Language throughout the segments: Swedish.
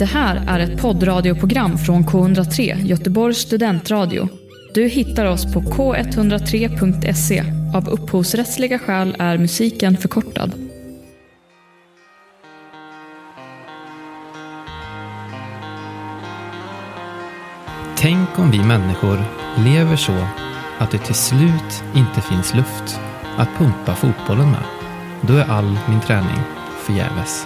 Det här är ett poddradioprogram från K103, Göteborgs studentradio. Du hittar oss på k103.se. Av upphovsrättsliga skäl är musiken förkortad. Tänk om vi människor lever så att det till slut inte finns luft att pumpa fotbollen med. Då är all min träning förgäves.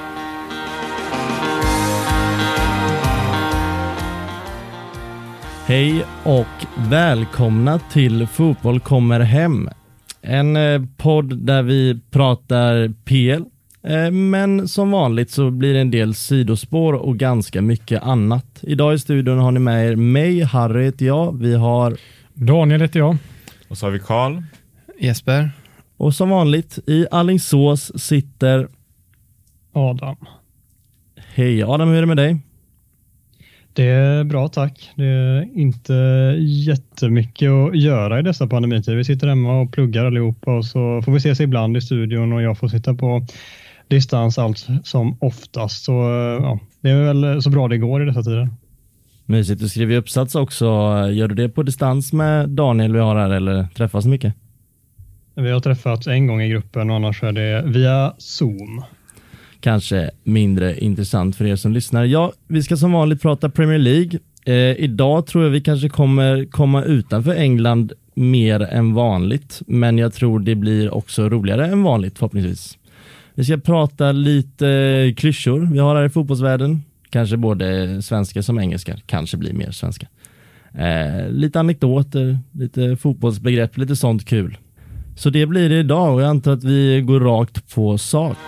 Hej och välkomna till Fotboll kommer hem. En podd där vi pratar PL. Men som vanligt så blir det en del sidospår och ganska mycket annat. Idag i studion har ni med er mig, Harry heter jag. Vi har Daniel heter jag. Och så har vi Karl. Jesper. Och som vanligt i Alingsås sitter Adam. Hej Adam, hur är det med dig? Det är bra, tack. Det är inte jättemycket att göra i dessa pandemitider. Vi sitter hemma och pluggar allihopa och så får vi ses ibland i studion och jag får sitta på distans allt som oftast. Så ja, det är väl så bra det går i dessa tider. Mysigt, du skriver uppsats också. Gör du det på distans med Daniel vi har här eller träffas mycket? Vi har träffats en gång i gruppen och annars är det via Zoom. Kanske mindre intressant för er som lyssnar. Ja, vi ska som vanligt prata Premier League. Idag tror jag vi kanske kommer komma utanför England mer än vanligt. Men jag tror det blir också roligare än vanligt förhoppningsvis. Vi ska prata lite klyschor vi har här i fotbollsvärlden. Kanske både svenska som engelska. Kanske blir mer svenska. Lite anekdoter, lite fotbollsbegrepp, lite sånt kul. Så det blir det idag och jag antar att vi går rakt på sak.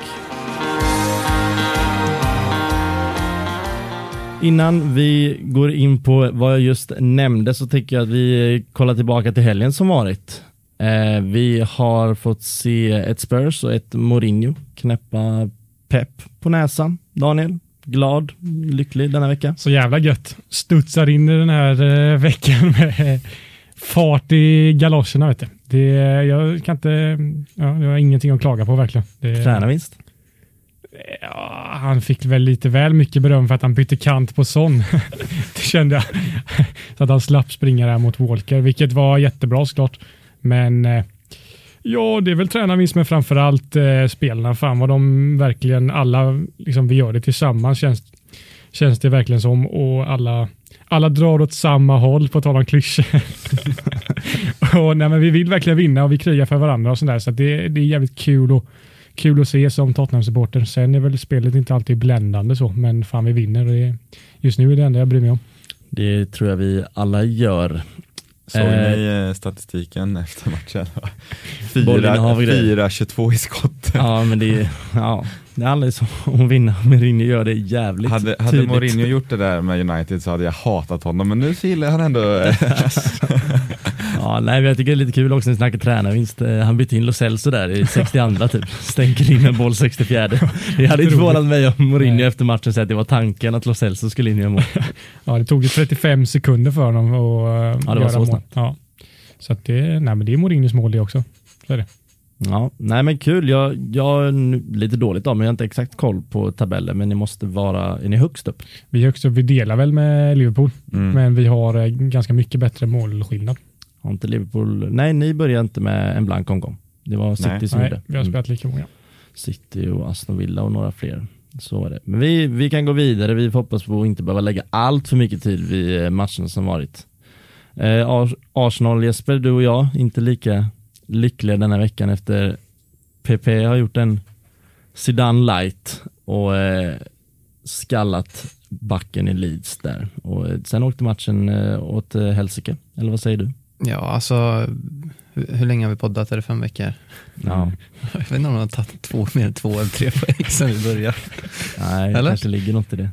Innan vi går in på vad jag just nämnde så tycker jag att vi kollar tillbaka till helgen som varit. Vi har fått se ett Spurs och ett Mourinho knäppa Pep på näsan. Daniel, glad, lycklig denna vecka? Så jävla gött. Studsar in i den här veckan med fart i galoscherna, vet du. Jag kan inte, jag har ingenting att klaga på verkligen. Tränarvinst? Ja, han fick väl lite väl mycket beröm för att han bytte kant på Son. Det kände jag. Så att han slapp springa där mot Walker, vilket var jättebra såklart. Men ja, det är väl tränarvinst med framförallt spelarna. Fan vad de verkligen alla, liksom vi gör det tillsammans känns det verkligen som. Och alla drar åt samma håll på tal om klyschor. Och nej, men vi vill verkligen vinna och vi krigar för varandra och sådär. Så att det är jävligt kul att se som Tottenham-supporter. Sen är väl spelet inte alltid bländande så, men fan vi vinner och just nu är det enda jag bryr mig om. Det tror jag vi alla gör. Såg ni statistiken efter matchen? 4-22 i skott. Ja, men det är aldrig så att vinna. Mourinho gör det jävligt Hade Mourinho gjort det där med United så hade jag hatat honom. Men nu så gillar han ändå. Ja, nej, jag tycker det är lite kul också när vi snackar tränarvinst. Han bytte in Lo Celso där i 62 typ. Stänker in en boll 64. Det hade inte förvånat mig om Mourinho efter matchen sa att det var tanken att Lo Celso skulle in i mål. Ja, det tog ju 35 sekunder för honom att det var så mål. Ja. Så att men det är Mourinhos mål det också. Så är det. Ja, nej men kul. Jag är lite dåligt men jag har inte exakt koll på tabellen, men är ni högst upp? Vi är högst upp, vi delar väl med Liverpool, men vi har ganska mycket bättre målskillnad. Har inte Liverpool? Nej, ni börjar inte med en blank omgång. Det var City som gjorde. Nej, vi har spelat lika många. City och Aston Villa och några fler. Så är det. Men vi kan gå vidare. Vi får hoppas på att inte behöva lägga allt för mycket tid vid matchen som varit. Arsenal, Jesper, du och jag, inte lika lyckliga denna veckan efter PP har gjort en Zidane light och skallat backen i Leeds där. Och sen åkte matchen åt helsike. Eller vad säger du? Ja, alltså hur länge har vi poddat? Är det 5 veckor? Ja. Jag vet inte om de har tagit mer än 2 eller 3 poäng sen vi börjar. Nej, det kanske ligger något i det.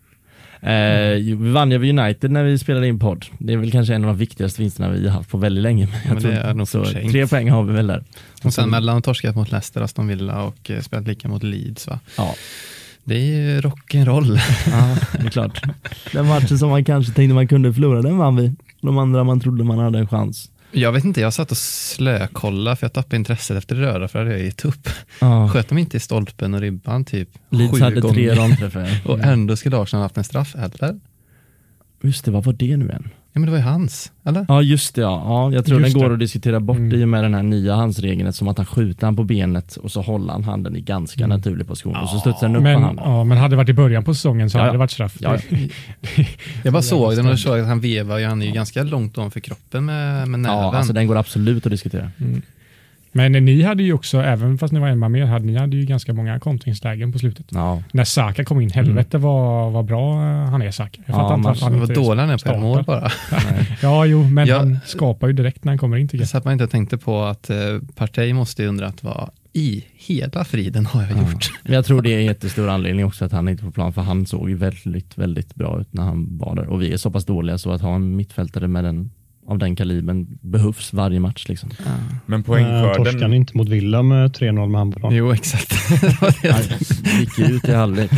Vi vann ju vid United när vi spelade in podd. Det är väl kanske en av de viktigaste vinsterna vi har haft på väldigt länge. Men det är nog så 3 poäng har vi väl där. Och sen mellan torskat mot Leicester, Aston Villa och spelat lika mot Leeds, va? Ja. Det är ju rock'n'roll. Ja, det är klart. Den matchen som man kanske tänkte man kunde förlora, den vann vi. De andra man trodde man hade en chans. Jag vet inte, jag satt och slökolla för jag tappade intresset efter röra för att jag gett upp. Sköt de inte i stolpen och ribban typ Leeds 7 hade 3 ramträffar. Och ändå skulle Arsenal haft en straff, eller? Just det, vad var det nu än? Ja, men det var ju hans, eller? Ja, just det. Ja, jag tror Just den går det. att diskutera bort i och med den här nya handsregeln, som att han skjuter han på benet och så håller han handen i ganska naturlig position och så studsar den upp på handen. Ja, men hade det varit i början på säsongen så hade det varit straff. Ja. Jag bara såg den och såg att han vevar, han är ju ganska långt om för kroppen med näven. Ja, alltså den går absolut att diskutera. Men ni hade ju också, även fast ni var en man mer, hade ju ganska många kontringslägen på slutet. Ja. När Saka kom in, helvete vad bra han är, Saka. Jag fattar inte varför han Vad inte dålig han är på ett mål bara. Ja, jo, men han skapar ju direkt när han kommer in, tycker jag. Så att man inte tänkte på att Partey måste ju undra att vad i hela friden har jag gjort. Jag tror det är en jättestor anledning också att han inte är på plan, för han såg ju väldigt, väldigt bra ut när han var där. Och vi är så pass dåliga så att ha en mittfältare med av den kalibern behövs varje match liksom. Men poängskörden... Torskan inte mot Villa med 3-0 med handboll. Jo, exakt. Han gick ut i halvlek.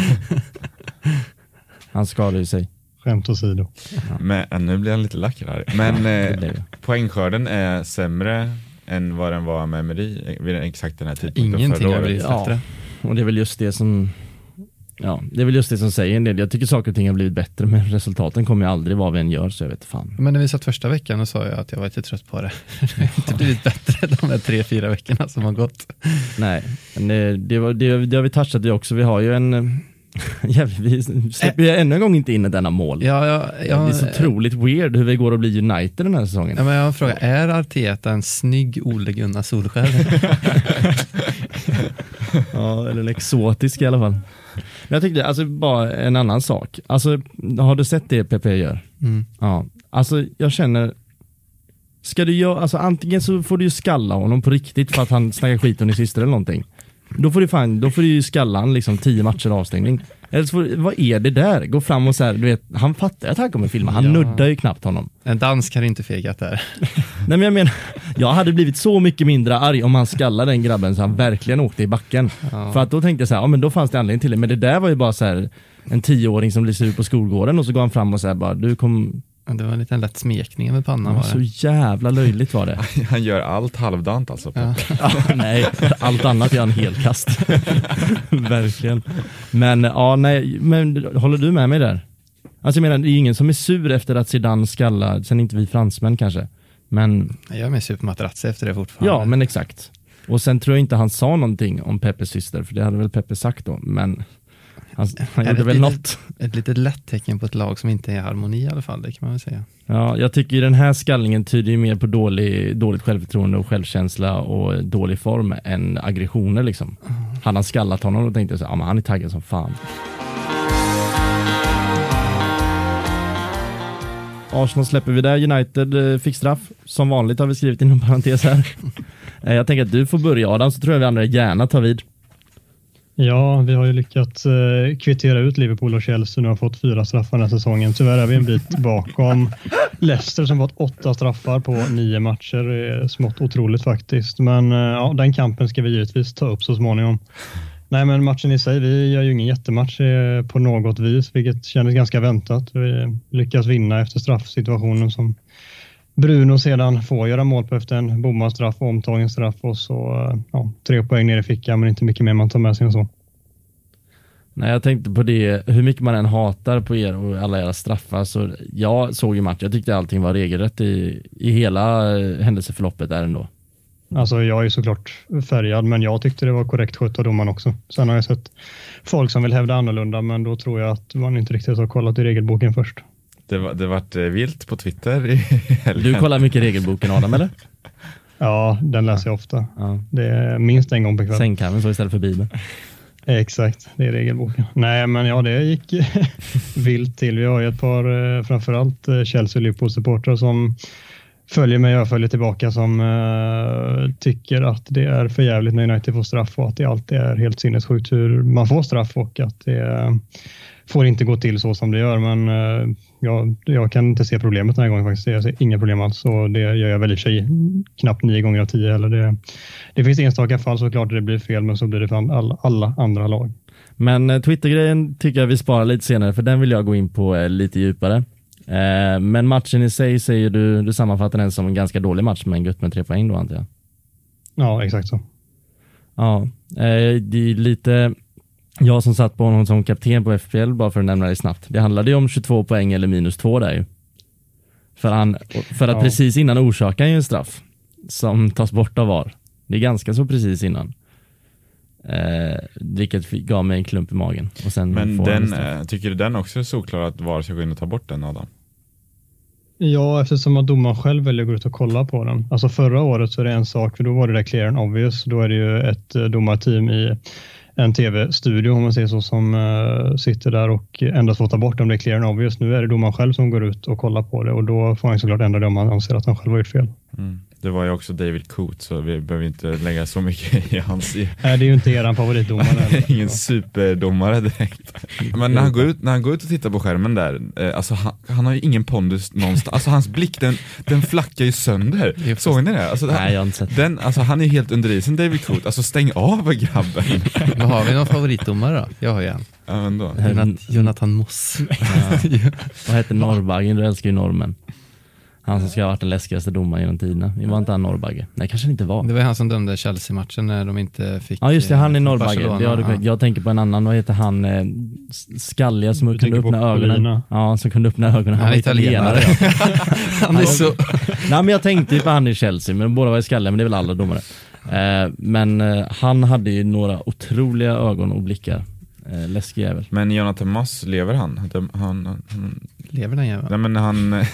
Han skadade ju sig. Skämt åsido. Men nu blir han lite lack här. Men poängskörden är sämre än vad den var med Emery vid exakt den här tidpunkten. Ingenting har blivit bättre. Och det är väl just det som... Ja, det är väl just det som säger en del. Jag tycker saker och ting har blivit bättre, men resultaten kommer ju aldrig vad vi än gör, så jag vet fan. Men när vi satt första veckan och sa jag att jag var lite trött på det. Det har inte blivit bättre de här 3-4 veckorna som har gått. Nej, men det har vi touchat i också. Vi har ju en... vi släpper ju ännu en gång inte in denna mål. Det är så otroligt weird hur vi går att bli United den här säsongen. Ja, men jag frågar, är Arteta en snygg Ole Gunnar Solskjær? Ja, eller en exotisk i alla fall. Men jag tyckte, alltså bara en annan sak. Alltså, har du sett det PP gör? Ja. Alltså, jag känner... Ska du göra... Alltså, antingen så får du ju skalla honom på riktigt för att han snackar skit om i sista eller någonting. Då får du ju skalla han liksom 10 matcher avstängning. Eller så vad är det där? Gå fram och så här, du vet, han fattar att han kommer filma. Han nuddar ju knappt honom. En dansk har inte fegat där. Nej, men jag menar, jag hade blivit så mycket mindre arg om han skallade den grabben så han verkligen åkte i backen. För att då tänkte jag så här, ja men då fanns det anledning till det. Men det där var ju bara så här en 10-åring som blir sur på skolgården och så går han fram och så här bara, du kom... Ja, det var en liten lätt smekning med pannan. Så jävla löjligt var det. Han gör allt halvdant alltså. Ja. Nej, allt annat är han helkast. Verkligen. Men men håller du med mig där? Alltså jag menar, det är ingen som är sur efter att Zidane skallar, sen inte vi fransmän kanske. Men jag är med supermatratse efter det fortfarande. Ja, men exakt. Och sen tror jag inte han sa någonting om Peppes syster, för det hade väl Peppe sagt då, men han gjorde väl något. Ett litet lätt tecken på ett lag som inte är i harmoni i alla fall, det kan man väl säga. Ja, jag tycker den här skallningen tyder ju mer på dåligt självförtroende och självkänsla och dålig form än aggressioner liksom. Hade han skallat honom och tänkte jag så här, men han är taggad som fan. Arsenal släpper vi där. United fick straff. Som vanligt har vi skrivit inom parentes här. Jag tänker att du får börja, Adam, så tror jag vi andra gärna tar vid. Ja, vi har ju lyckats kvittera ut Liverpool och Chelsea. Nu har fått 4 straffar den här säsongen. Tyvärr är vi en bit bakom Leicester som fått 8 straffar på 9 matcher. Det är smått otroligt faktiskt. Men ja, den kampen ska vi givetvis ta upp så småningom. Nej, men matchen i sig, vi gör ju ingen jättematch på något vis, vilket kändes ganska väntat. Vi lyckas vinna efter straffsituationen som Bruno sedan får göra mål på efter en bommarstraff och omtagningsstraff, och så 3 poäng ner i fickan, men inte mycket mer man tar med sig än så. Nej, jag tänkte på det, hur mycket man än hatar på er och alla era straffar, så jag såg ju matchen, jag tyckte allting var regelrätt i hela händelseförloppet där ändå. Alltså jag är såklart färgad, men jag tyckte det var korrekt skött av domaren också. Sen har jag sett folk som vill hävda annorlunda, men då tror jag att man inte riktigt har kollat i regelboken först. Det vart vilt på Twitter i helgen. Du kollar mycket regelboken, Adam, eller? Ja, den läser jag ofta. Ja. Det är minst en gång per kväll. Sängkammen så istället för Bibeln. Exakt, det är regelboken. Nej, men ja, det gick vilt till. Vi har ju ett par, framförallt Chelsea och Liverpool-supportrar som följer mig och jag följer tillbaka, som tycker att det är för jävligt när United får straff och att det alltid är helt sinnessjukt hur man får straff och att det får inte gå till så som det gör. Men jag kan inte se problemet den här gången faktiskt. Jag ser inga problem alls, och det gör jag väl i sig knappt 9 gånger av 10. Eller det finns enstaka fall såklart det blir fel, men så blir det för alla andra lag. Men Twitter-grejen tycker jag vi sparar lite senare, för den vill jag gå in på lite djupare. Men matchen i sig säger du sammanfattar den som en ganska dålig match med en gutt med 3 poäng då, antar jag. Ja, exakt så. Ja, det är lite jag som satt på honom som kapten på FPL, bara för att nämna det snabbt. Det handlade ju om 22 poäng eller -2 där ju. För att precis innan orsakar ju en straff som tas bort av VAR. Det är ganska så precis innan. Vilket gav mig en klump i magen. Och sen men tycker du den också är såklar att VAR ska gå in och ta bort den, Adam? Ja, eftersom att domaren själv väljer att gå ut och kolla på den. Alltså förra året så är det en sak, för då var det där clear and obvious. Då är det ju ett domarteam i en tv-studio, om man säger så, som sitter där och endast får ta bort om det är clear and obvious. Nu är det domaren själv som går ut och kollar på det, och då får han såklart ändra det om man anser att han själv har gjort fel. Det var ju också David Coote, så vi behöver inte lägga så mycket i hans... Nej, det är ju inte eran favoritdomare. Ingen superdomare direkt. Men när han går ut och tittar på skärmen där, alltså han har ju ingen pondus någonstans. Alltså hans blick, den flackar ju sönder. Såg ni det? Alltså, nej, jag har inte sett. Alltså han är helt under isen, David Coote. Alltså stäng av grabben. Vad har vi någon favoritdomare då? Jag har ju en. Ja, men då. Jonathan Moss. Vad heter Norrbaggen? Du älskar ju normen. Han som ska ha varit den läskigaste domaren genom tiderna. Det var inte han Norrbagge. Nej, kanske inte var. Det var han som dömde Chelsea-matchen när de inte fick... Ja, just det. Han är Norrbagge. Jag tänker på en annan. Vad heter han? Skalliga som kunde öppna ögonen. Ja, som kunde öppna ögonen. Han var italienare. Han är så... Nej, men jag tänkte på han i Chelsea. Men båda var i skalliga, men det är väl alla domare. Men han hade ju några otroliga ögon och blickar. Läskig jävel. Men Jonathan Moss, lever han? Lever den jäveln? Nej, men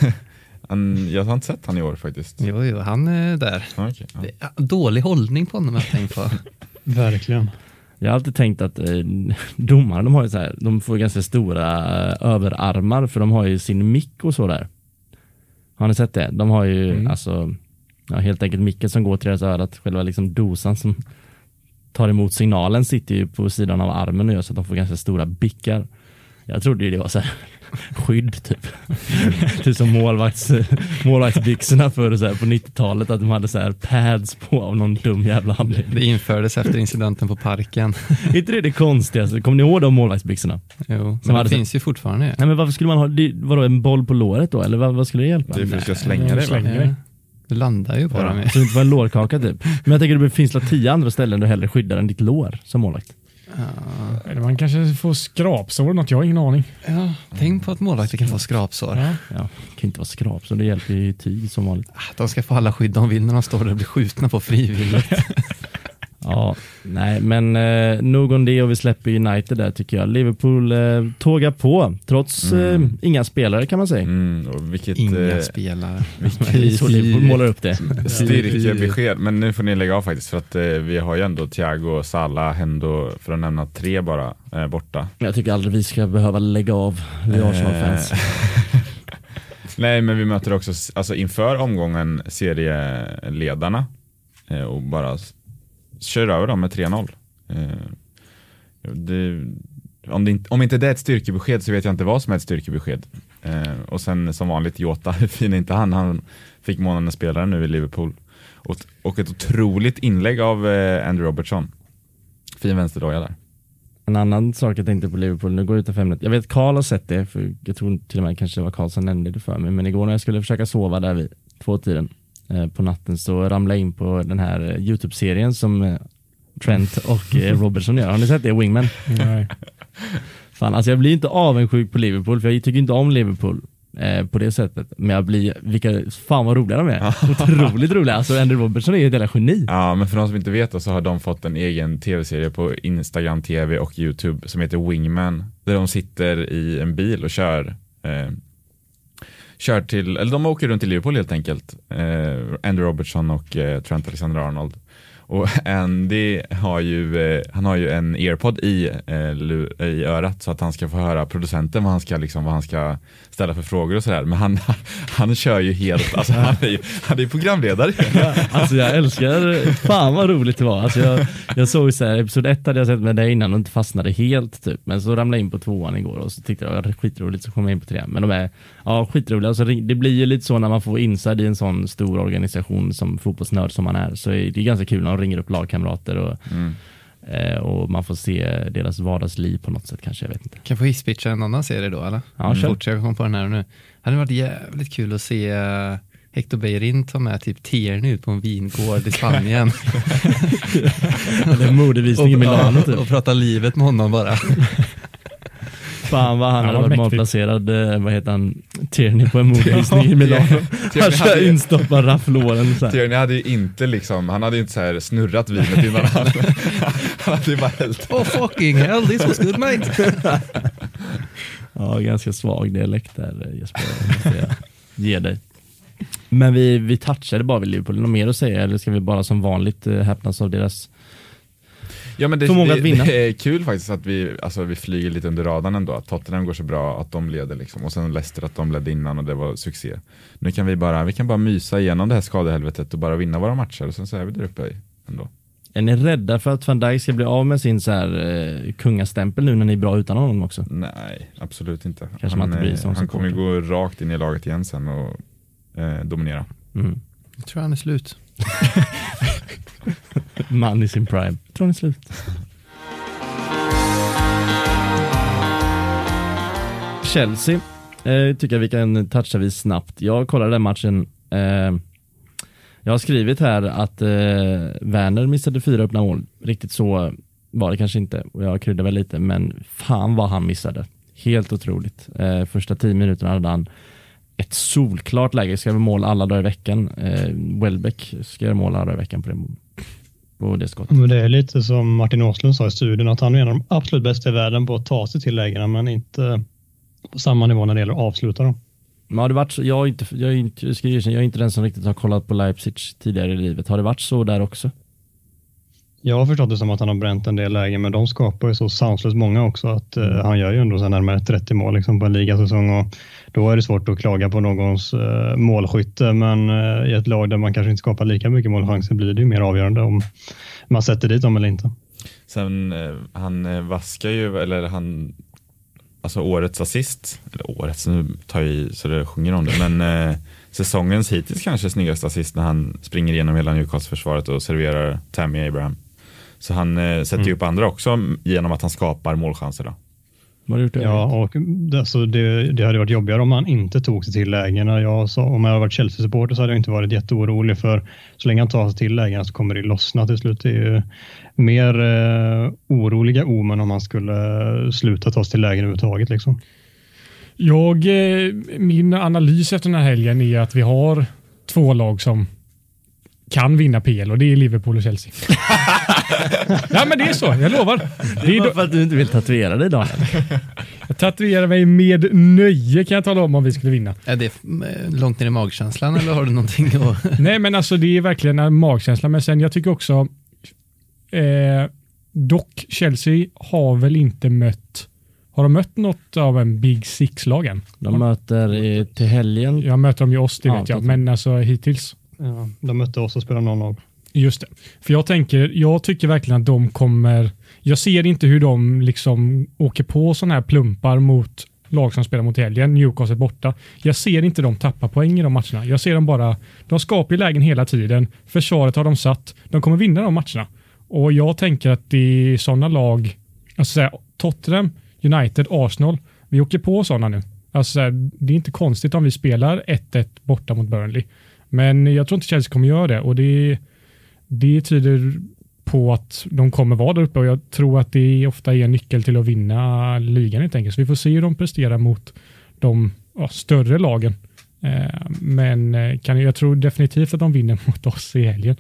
jag har inte sett han i år faktiskt. Jo, han är där. Okay, ja. Dålig hållning på honom, jag tänkt på. Verkligen. Jag har alltid tänkt att domare, de har ju så här, de får ganska stora överarmar, för de har ju sin mick och så där. Har ni sett det? De har ju alltså helt enkelt micken som går till deras örat, själva liksom dosan som tar emot signalen sitter ju på sidan av armen och gör så att de får ganska stora bickar. Jag trodde det var så här skydd typ. Typ som målvaktsbyxorna för så här på 90-talet, att de hade så här pads på av någon dum jävla anledning. Det infördes efter incidenten på Parken. Inte det konstigaste? Kommer ni ihåg de målvaktsbyxorna? Jo, men det finns ju fortfarande. Nej, men varför skulle man ha vadå, en boll på låret då? Eller vad skulle det hjälpa? Det är för att du ska slänga det, va? Du landar ju på dem. Så det inte var en lårkaka typ. Men jag tänker att det finns 10 andra ställen du hellre skyddar än ditt lår som målvakt. Eller man kanske får skrapsår, något, jag har ingen aning. Ja, tänk på att målvakter kan få skrapsår. Ja, det kan inte vara skrapsår, det hjälper ju tyg som vanligt. De ska få alla skydd de vill när de står där och blir skjutna på frivilligt. Ja, nej, men nog om det, och vi släpper United där tycker jag. Liverpool tågar på, trots inga spelare kan man säga. Och inga spelare. Så Liverpool målar upp det. Styrkebesked, men nu får ni lägga av faktiskt, för att vi har ju ändå Thiago, Salah, Hendo, för att nämna 3 bara borta. Jag tycker aldrig vi ska behöva lägga av, vi Arsenal-fans. Nej, men vi möter också alltså inför omgången serieledarna och bara kör över dem med 3-0. Om inte det är ett styrkebesked så vet jag inte vad som är ett styrkebesked. Och sen som vanligt Jota, hur fin är inte han fick månadens spelare nu i Liverpool. Och ett otroligt inlägg av Andrew Robertson. Fin vänsterdoja där. En annan sak jag tänkte på Liverpool, nu går jag utanför ämnet. Jag vet Karl har sett det, för jag tror till och med kanske det var Karl som nämnde det för mig. Men igår när jag skulle försöka sova där vid 2-tiden på natten, så ramlade jag in på den här YouTube-serien som Trent och Robertson gör. Har ni sett det, Wingman? Nej. Fan, alltså jag blir inte avundsjuk på Liverpool, för jag tycker inte om Liverpool på det sättet. Men jag blir, fan vad roliga de är. Otroligt roliga. Alltså Andrew Robertson är ju ett jävla geni. Ja, men för de som inte vet så har de fått en egen tv-serie på Instagram TV och YouTube som heter Wingman. Där de sitter i en bil och kör till, eller de åker runt i Liverpool helt enkelt. Andrew Robertson och Trent Alexander-Arnold. Och Andy har ju en AirPod i örat, så att han ska få höra producenten vad han ska ställa för frågor och sådär. Men han kör ju helt, alltså han är ju programledare. Ja, alltså jag älskar, fan vad roligt det var. Alltså jag såg så här, episod 1 hade jag sett med dig innan och inte fastnade helt typ. Men så ramlade jag in på 2:an igår och så tyckte jag det var skitroligt, så kom jag in på 3. Men de är skitroliga. Alltså det blir ju lite så när man får inside i en sån stor organisation som fotbollsnörd som man är, så är det ganska kul när de ringer upp lagkamrater och Och man får se deras vardagsliv på något sätt kanske, jag vet inte. Kan få hisspitcha en annan serie då, eller? Ja, kör. Fort jag kom på den här nu. Det hade varit jävligt kul att se Hector Bellerin ta med typ Tierney ut på en vingård i Spanien. Det är modevisning i Milano typ. Och prata livet med honom bara. Fan vad han hade varit mäktigt. malplacerad, vad heter han, Tierney på en modevisning i Milano. Han kör instoppad rafflåren så här. Tierney hade ju inte liksom, han hade ju inte så här snurrat vinet innan han hade ju bara helt... Oh fucking hell, this was good mate. Ja, ganska svag dialekt där, Jesper, måste jag ge dig. Men vi touchade bara vid Liverpool. Något mer att säga, eller ska vi bara som vanligt häpnas av deras Ja, men förmåga att vinna? Det är kul faktiskt att vi flyger lite under radarn ändå. Att Tottenham går så bra, att de leder liksom. Och sen Leicester att de ledde innan och det var succé. Nu kan vi kan bara mysa igenom det här skadehelvetet och bara vinna våra matcher. Och sen så är vi där uppe ändå. Är ni rädda för att Van Dijk ska bli av med sin så här kungastämpel nu när ni är bra utan honom också? Nej, absolut inte. Kanske man inte blir sån han kommer ju gå rakt in i laget igen sen och dominera. Mm. Jag tror han är slut. Man i sin prime. Jag tror han är slut. Chelsea tycker jag vi kan toucha vid snabbt. Jag kollade den matchen. Jag har skrivit här att Werner missade 4 öppna mål. Riktigt så var det kanske inte. Och jag kryddade väl lite. Men fan vad han missade. Helt otroligt. Första 10 minuterna hade han ett solklart läge. Ska göra mål alla dagar i veckan. Welbeck ska göra mål alla dagar i veckan på det skottet. Men det är lite som Martin Åslund sa i studien, att han är en av de absolut bästa i världen på att ta sig till lägena, men inte på samma nivå när det gäller att avsluta dem. Men har det varit så, jag är inte den som riktigt har kollat på Leipzig tidigare i livet. Har det varit så där också? Jag har förstått det som att han har bränt en del lägen, men de skapar ju så sanslöst många också att han gör ju ändå så närmare 30 mål liksom på en ligasäsong, och då är det svårt att klaga på någons målskytte, men i ett lag där man kanske inte skapar lika mycket målchanser blir det ju mer avgörande om man sätter dit dem eller inte. Sen han vaskar ju, eller han, alltså årets assist, eller årets, nu tar jag i så det sjunger om det, men säsongens hittills kanske snyggaste assist när han springer igenom hela Newcastle-försvaret och serverar Tammy Abraham. Så han sätter ju upp andra också genom att han skapar målchanser då. Ja, och det hade varit jobbigare om han inte tog sig till lägena. Om jag hade varit Chelsea-supporter så hade jag inte varit jätteorolig, för så länge han tar sig till lägena så kommer det lossna till slut. Det är ju mer oroliga omen om han skulle sluta ta sig till lägen överhuvudtaget liksom. Min analys efter den här helgen är att vi har 2 lag som kan vinna PL, och det är Liverpool och Chelsea. Ja, men det är så, jag lovar. Det är bara för att du inte vill tatuera dig, Daniel. Jag tatuerar mig med nöje, kan jag tala om vi skulle vinna. Är det långt ner i magkänslan, eller har du någonting att... Nej, men alltså det är verkligen en magkänsla, men sen jag tycker också dock Chelsea har väl inte mött något av en Big Six-lagen? De möter till helgen. Jag möter dem ju oss, det vet jag, men alltså hittills. Ja, de mötte oss och spelade 0-0. Just det. För jag tycker verkligen att de kommer... Jag ser inte hur de liksom åker på sådana här plumpar mot lag som spelar mot helgen, Newcastle borta. Jag ser inte dem tappa poäng i de matcherna. Jag ser dem bara... De skapar lägen hela tiden. Försvaret har de satt. De kommer vinna de matcherna. Och jag tänker att det är sådana lag... Alltså Tottenham, United, Arsenal. Vi åker på sådana nu. Alltså det är inte konstigt om vi spelar 1-1 borta mot Burnley. Men jag tror inte Chelsea kommer göra det, och det tyder på att de kommer vara där uppe, och jag tror att det ofta är en nyckel till att vinna ligan helt enkelt. Så vi får se hur de presterar mot de större lagen. Men jag tror definitivt att de vinner mot oss i helgen.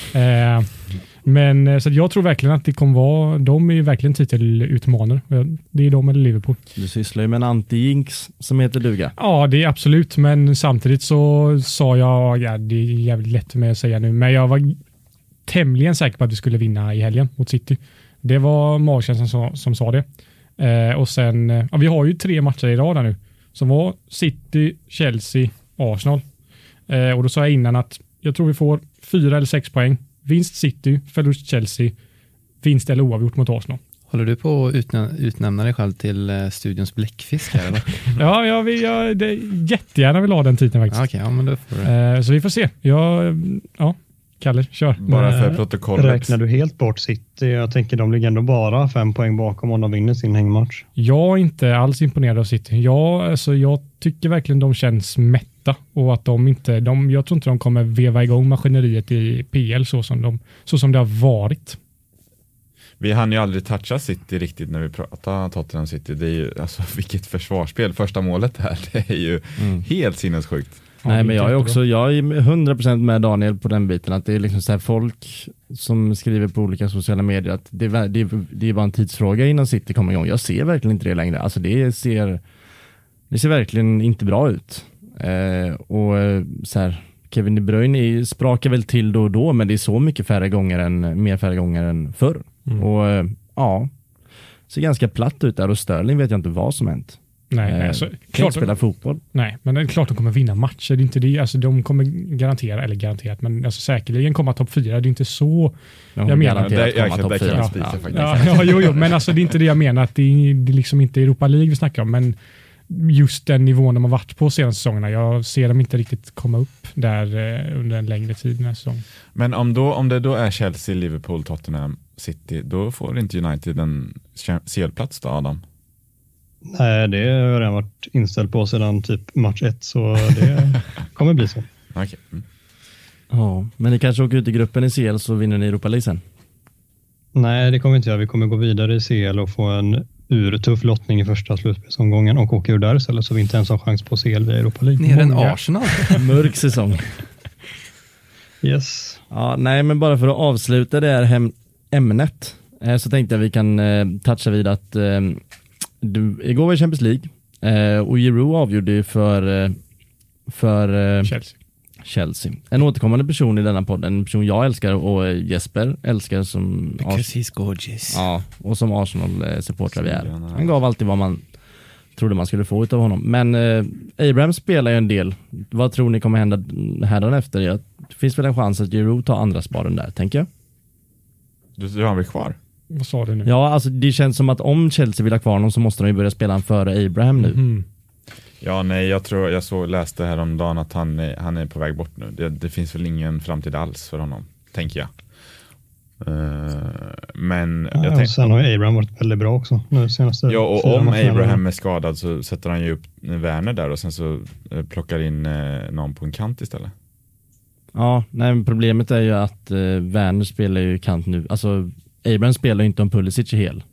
Men så jag tror verkligen att det kommer vara, de är ju verkligen titelutmanare. Det är de eller Liverpool. Du sysslar ju med en anti-jinx som heter duga. Ja, det är absolut, men samtidigt så sa jag, det är jävligt lätt för mig att säga nu, men jag var tämligen säker på att vi skulle vinna i helgen mot City. Det var magkänslan som sa det. Och sen, vi har ju 3 matcher i rad nu, som var City, Chelsea, Arsenal. Och då sa jag innan att jag tror vi får 4 eller 6 poäng. Vinst City, förlust Chelsea, vinst eller oavgjort mot Arsenal. Håller du på att utnämna dig själv till studions bläckfisk här, eller? Ja, jättegärna vill ha den titeln faktiskt. Okej, ja, men då får du. Så vi får se. Kalle, kör. Bara för protokollet. Räknar du helt bort City? Jag tänker de ligger ändå bara 5 poäng bakom om de vinner sin hängmatch. Jag är inte alls imponerad av City. Jag tycker verkligen de känns mätta och att jag tror inte de kommer veva igång maskineriet i PL så som det har varit. Vi hann ju aldrig toucha City riktigt när vi pratar Tottenham City. Det är ju, alltså vilket försvarsspel. Första målet här, det är ju helt sinnessjukt. Nej, men jag är 100% med Daniel på den biten, att det är liksom så här folk som skriver på olika sociala medier att det är bara en tidsfråga innan City kommer igång. Jag ser verkligen inte det längre. Alltså det ser verkligen inte bra ut. Och så här, Kevin De Bruyne sprakar väl till då och då, men det är så mycket färre gånger än förr. Och ja, ser ganska platt ut där, och Sterling vet jag inte vad som hänt. Nej, alltså, klart spela fotboll. Nej, men det är klart de kommer vinna matcher. Det är inte det. Alltså, de kommer garanterat, men alltså, säkerligen komma topp 4. Det är inte så jag menar. Jo, men alltså, det är inte det jag menar. Att det är liksom inte Europa League vi snackar om, men just den nivån de har varit på senaste säsongerna. Jag ser dem inte riktigt komma upp där under en längre tid den här säsongen. Men om det då är Chelsea, Liverpool, Tottenham, City, då får inte United en CL-plats då, Adam? Nej, det har jag redan varit inställd på sedan typ match 1, så det kommer bli så. Okay. Ja, men ni kanske åker ut i gruppen i CL så vinner ni Europa League sen? Nej, det kommer inte jag. Vi kommer gå vidare i CL och få en urtuff lottning i första slutspelsomgången och åka ur där istället, så vi inte ens har chans på CL via Europa League. Ner en Arsenal. Mörk säsong. Yes. Ja, nej, men bara för att avsluta det här ämnet så tänkte jag vi kan toucha vid att igår var det Champions League och Giroud avgjorde ju för Chelsea. En återkommande person i denna podden, en person jag älskar och Jesper älskar som he's gorgeous. Ja, och som Arsenal-supportrar vi är. Han gav alltid vad man trodde man skulle få ut av honom. Men Abraham spelar ju en del. Vad tror ni kommer hända härefter? Det finns väl en chans att Giroud tar andra sparen där, tänker jag. Du har väl kvar? Vad sa du nu? Ja, alltså det känns som att om Chelsea vill ha kvar honom så måste de ju börja spela han före Abraham nu. Ja, nej, jag läste häromdagen att han är på väg bort nu. Det finns väl ingen framtid alls för honom, tänker jag. Men sen har ju Abraham varit väldigt bra också nu senaste. Ja, och om Abraham är skadad så sätter han ju upp Werner där och sen så plockar in någon på en kant istället. Ja, nej, men problemet är ju att Werner spelar ju kant nu. Alltså Abraham spelar ju inte om Pulisic är hel.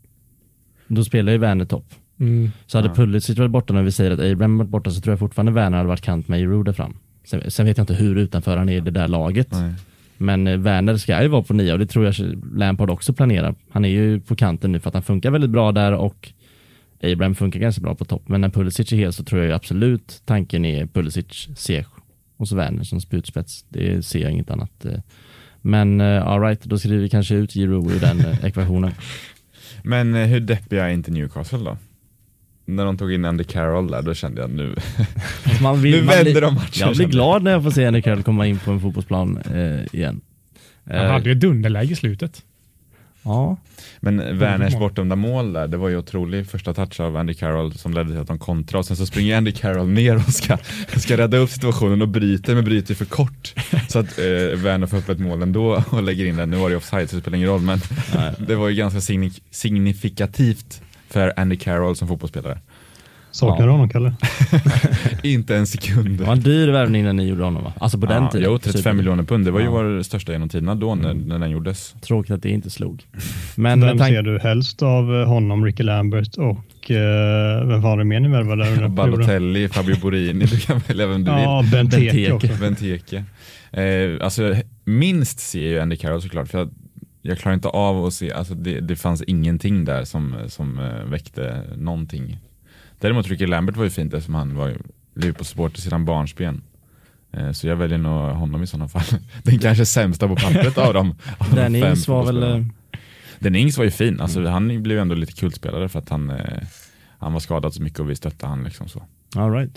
Då spelar ju Werner topp. Så hade Pulisic varit borta när vi säger att Abraham varit borta, så tror jag fortfarande Werner hade varit kant med Giroud där fram. Sen vet jag inte hur utanför han är i det där laget. Nej. Men Werner ska ju vara på 9 och det tror jag Lampard också planerar. Han är ju på kanten nu för att han funkar väldigt bra där och Abraham funkar ganska bra på topp. Men när Pulisic är hel så tror jag absolut tanken är Pulisic, Ziyech och så Werner som spjutspets. Det ser jag inget annat. Men all right, då skriver vi kanske ut Giroud ur den ekvationen. Men hur deppiga är inte Newcastle då? När de tog in Andy Carroll där, då kände jag nu nu vänder de matchen. Jag blir glad när jag får se Andy Carroll komma in på en fotbollsplan igen. Han hade ju ett dunderläge i slutet. Ja. Men Werners bortdömda mål där, det var ju otrolig första touch av Andy Carroll som ledde till att de kontrar, och sen så springer Andy Carroll ner och ska rädda upp situationen och bryter för kort så att Werner får upp ett mål ändå och lägger in den. Nu var det offside så det spelar ingen roll, men det var ju ganska signifikativt för Andy Carroll som fotbollsspelare. Saknar honom, Kalle? Inte en sekund. Det var en dyr värvning när ni gjorde honom, va? Alltså på den tiden. Jo, 35 miljoner pund. Det var ju vår största genom tiderna då när den gjordes. Tråkigt att det inte slog. Men vem ser du helst av honom, Ricky Lambert och vem var det mer ni värvade där? Balotelli, Fabio Borini, du kan välja vem du vill. Ja, Benteke. Alltså, minst ser ju Andy Carroll såklart, för jag klarar inte av att se, alltså det fanns ingenting där som väckte någonting. Däremot Ricky Lambert var ju fint eftersom han var Liverpool-supporter sedan barnsben. Så jag väljer nog honom i sådana fall. Den kanske sämsta på pappret av dem. Den Ings var väl... Den Ings var ju fin. Alltså, han blev ändå lite kultspelare för att han var skadad så mycket och vi stöttade han liksom så. All right.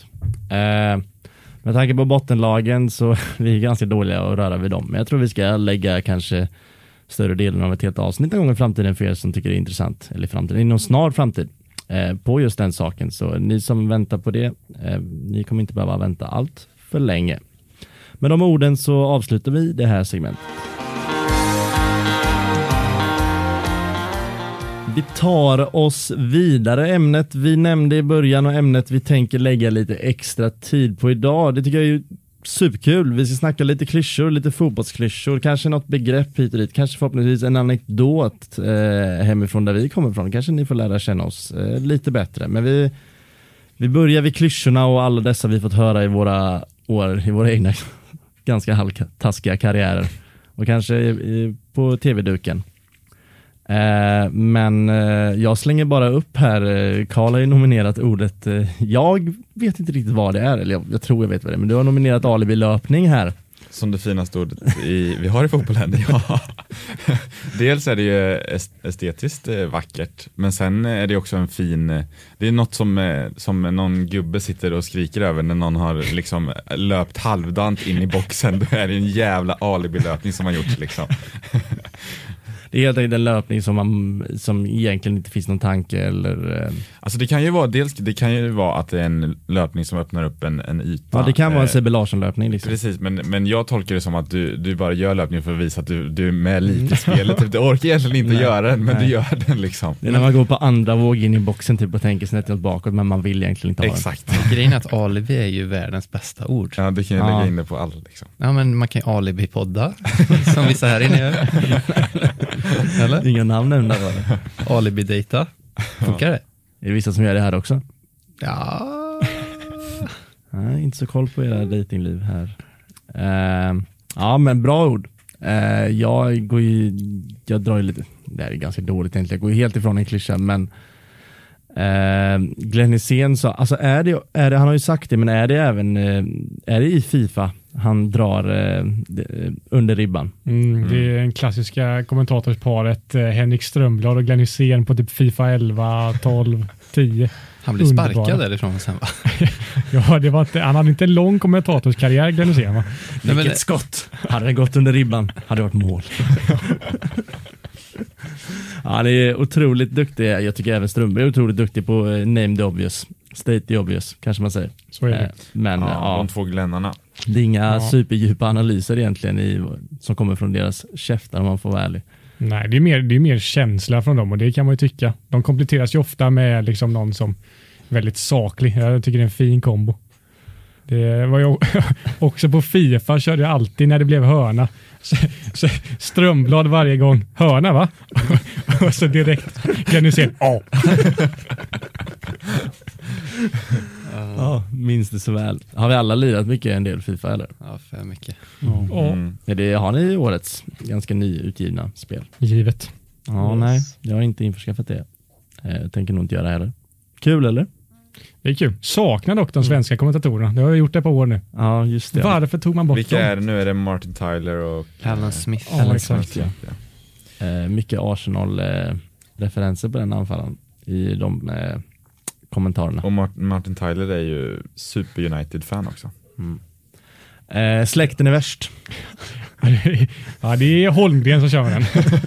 Med tanke på bottenlagen så vi är ganska dåliga att röra vid dem. Men jag tror vi ska lägga kanske större delen av ett helt avsnitt en gång i framtiden för er som tycker det är intressant. Eller i framtiden, inom snar framtid. På just den saken. Så ni som väntar på det, ni kommer inte behöva vänta allt för länge. Med de orden så avslutar vi det här segmentet. Vi tar oss vidare. Ämnet vi nämnde i början och ämnet vi tänker lägga lite extra tid på idag. Det tycker jag är superkul. Vi ska snacka lite klyschor, lite fotbollsklyschor, kanske något begrepp hit och dit, kanske förhoppningsvis en anekdot hemifrån där vi kommer ifrån. Kanske ni får lära känna oss lite bättre. Men vi börjar vid klyschorna och alla dessa vi fått höra i våra år, i våra egna ganska halvtaskiga karriärer. Och kanske på tv-duken. Men jag slänger bara upp här. Karl har ju nominerat ordet. Jag vet inte riktigt vad det är. Eller jag tror jag vet vad det är. Men du har nominerat alibi-löpning här. Som det finaste ordet vi har i fotbollen. Ja. Dels är det ju estetiskt vackert. Men sen är det också en fin... Det är något som någon gubbe sitter och skriker över när någon har liksom löpt halvdant in i boxen. Då är det en jävla alibi-löpning som har gjorts liksom. Det är helt enkelt en löpning som egentligen inte finns någon tanke eller... Alltså det kan ju vara att det är en löpning som öppnar upp en yta. Ja, det kan vara en Sebbe Larsson-löpning liksom. Precis, men jag tolkar det som att du bara gör löpningen för att visa att du är med lite i spelet. Du orkar egentligen inte göra den, men du gör den liksom. Det är när man går på andra våg in i boxen typ och tänker snett åt bakåt, men man vill egentligen inte ha Exakt. den. Grejen är att alibi är ju världens bästa ord. Ja, det kan jag lägga in det på allt liksom. Ja, men man kan ju alibi-podda, som vissa här inne gör. Eller? Inga namn nämnda var det. Alibi-data. Funkar det? Är det vissa som gör det här också? Ja. Nej, inte så koll på era datingliv här. Ja, men bra ord. Jag drar ju lite, det här är ganska dåligt egentligen. Jag går ju helt ifrån en klyscha, men Glenn Hysén sa, alltså är det, han har ju sagt det, men är det även är det i FIFA han drar under ribban? Det är en klassiska kommentatorsparet Henrik Strömblad och Glenn Hysén på typ FIFA 11, 12, 10. Han blir sparkad därifrån sen, va? Ja, det var inte, han hade inte en lång kommentatorskarriär, Glenn Hysén, va? Vilket skott! Hade det gått under ribban hade det varit mål. Ja, det är otroligt duktig. Jag tycker även Strömberg är otroligt duktig på name the obvious, state the obvious, kanske man säger. Så är det. Men de två Glennarna. Det är inga superdjupa analyser egentligen som kommer från deras käftar, om man får vara ärlig. Nej, det är mer känsla från dem, och det kan man ju tycka. De kompletteras ju ofta med liksom någon som är väldigt saklig. Jag tycker det är en fin kombo. Det var ju också på FIFA, körde jag alltid när det blev hörna. Så Strömblad varje gång. Hörna, va? Och så direkt kan du se. Ja, minns det så väl. Har vi alla lirat mycket en del FIFA, eller? Ja, för mycket. Har ni årets ganska nyutgivna spel? Givet. Ja, nej. Jag har inte införskaffat det. Jag tänker nog inte göra det heller. Kul, eller? Det är kul. Saknar dock de svenska kommentatorerna. Det har jag gjort det på år nu. Ja, just det. Varför tog man bort Vilka dem? är det nu? Är det Martin Tyler och Alan Smith? Ja, exakt. Ja. Mycket Arsenal-referenser på den anfallen i de kommentarerna. Och Martin Tyler är ju super United-fan också. Släkten är värst. Ja, det är Holmgren som kör med den.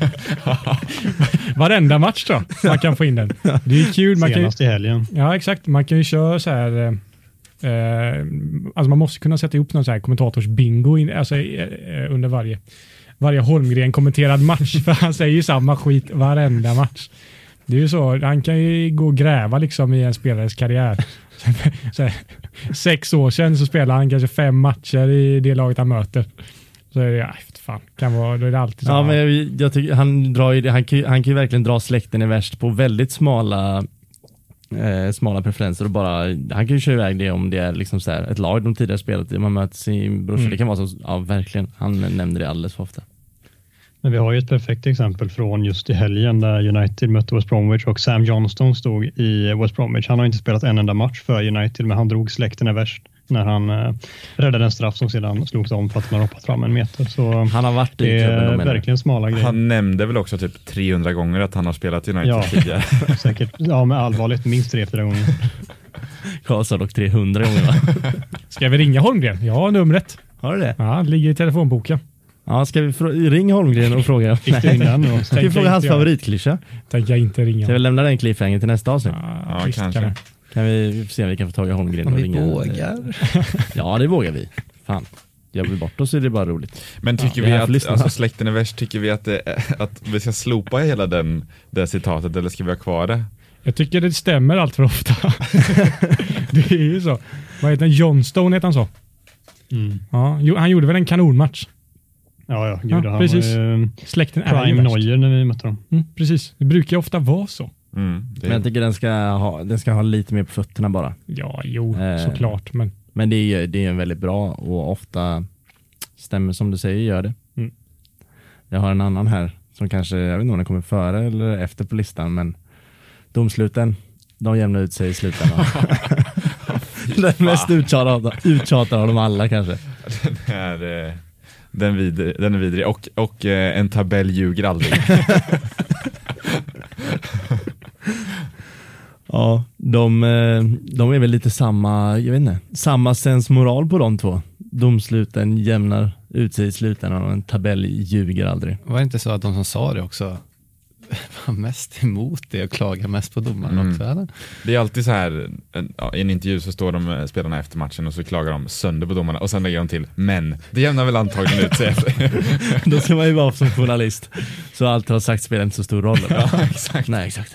Varenda match då, man kan få in den. Det är kul. Senast i helgen. Ja, exakt. Man kan ju köra så här... alltså man måste kunna sätta ihop någon så här kommentatorsbingo under varje Holmgren kommenterad match. För han säger ju samma skit varenda match. Det är ju så, han kan ju gå och gräva liksom i en spelares karriär. Så här, 6 år sedan så spelar han kanske 5 matcher i det laget han möter. Så är det, fan, då är det alltid så. Ja, men jag tycker han kan ju verkligen dra släkten i värst på väldigt smala preferenser, och bara han kan ju köra iväg det om det är liksom så här ett lag de tidigare spelat i, man möter sin brorsa. Det kan vara så, ja verkligen, han nämner det alldeles för ofta. Men vi har ju ett perfekt exempel från just i helgen där United mötte West Bromwich och Sam Johnston stod i West Bromwich. Han har inte spelat en enda match för United, men han drog släkten är värst när han räddade en straff som sedan slogs om för att man hoppat fram 1 meter. Så han har varit det är verkligen smala grejer. Han nämnde väl också typ 300 gånger att han har spelat i United tidigare. Säkert. Ja, men allvarligt, minst 3-4 gånger. Karl sa dock 300 gånger, va? Ska vi ringa Holmgren? Ja, numret. Har du det? Ja, det ligger i telefonboken. Ja, ska vi ringa Holmgren och fråga? Ska vi fråga hans favoritklyscha? Tänker jag inte ringa. Ska vi lämna den cliffhanger till nästa avsnitt? Ja, kanske. Kan vi se om vi kan få tag i Holmgren om och vi ringa? Vågar. Ja, det vågar vi. Fan. gör vi bort oss så är det bara roligt. Men tycker vi att alltså, släkten är värst, tycker vi att vi ska slopa hela det citatet eller ska vi ha kvar det? Jag tycker det stämmer allt för ofta. Det är ju så. Vad heter han? John Stone heter han så. Ja, han gjorde väl en kanonmatch. Ja, gud, ja, precis. Släkten är Prime Neuer när vi mötte dem. Precis, det brukar ju ofta vara så. Men jag tycker den ska ha lite mer på fötterna bara. Ja, såklart. Men det är en väldigt bra och ofta stämmer som du säger gör det. Jag har en annan här som kanske, jag vet inte om den kommer före eller efter på listan, men domsluten, de jämnar ut sig i slutändan. Den mest uttjatade av dem alla kanske. Den är vidrig och en tabell ljuger aldrig. Ja, de är väl lite samma, jag vet inte, samma sensmoral på de två. Domsluten jämnar ut sig i slutändan och en tabell ljuger aldrig. Var det inte så att de som sa det också var mest emot det och klagar mest på domaren också? Eller? Det är alltid så här, i en intervju så står de spelarna efter matchen och så klagar de sönder på domarna och sen lägger de till, men det jämnar väl antagligen ut sig. Då ska man ju vara som journalist, så allt har sagt spelar inte så stor roll. Ja, exakt. Nej, exakt.